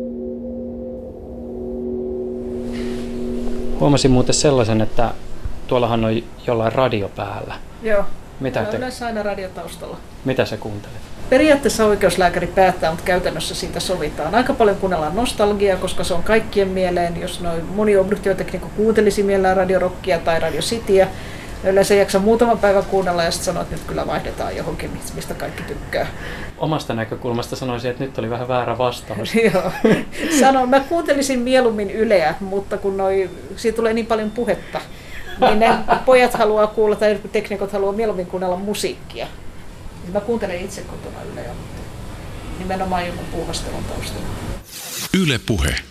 Huomasin muuten sellaisen, että tuollahan on jollain radio päällä. Joo, Mitä te... yleensä aina radiotaustalla. Mitä sä kuuntelet? Periaatteessa oikeuslääkäri päättää, mutta käytännössä siitä sovitaan. Aika paljon kuunnellaan nostalgiaa, koska se on kaikkien mieleen. Jos noin moni obduktioteknikko kuuntelisi mielellään radiorockia tai radiocityä, yleensä jaksaa muutaman päivän kuunnella ja sitten sanoo, että nyt kyllä vaihdetaan johonkin, mistä kaikki tykkää. Omasta näkökulmasta sanoisin, että nyt oli vähän väärä vastaus. Joo. Sanon, mä kuuntelisin mieluummin Yleä, mutta kun noi, siitä tulee niin paljon puhetta, niin ne pojat haluaa kuulla tai teknikot haluaa mieluummin kuunnella musiikkia. Mä kuuntelen itse kotona Yleä, mutta nimenomaan jonkun puuhastelun taustalla. Yle Puhe.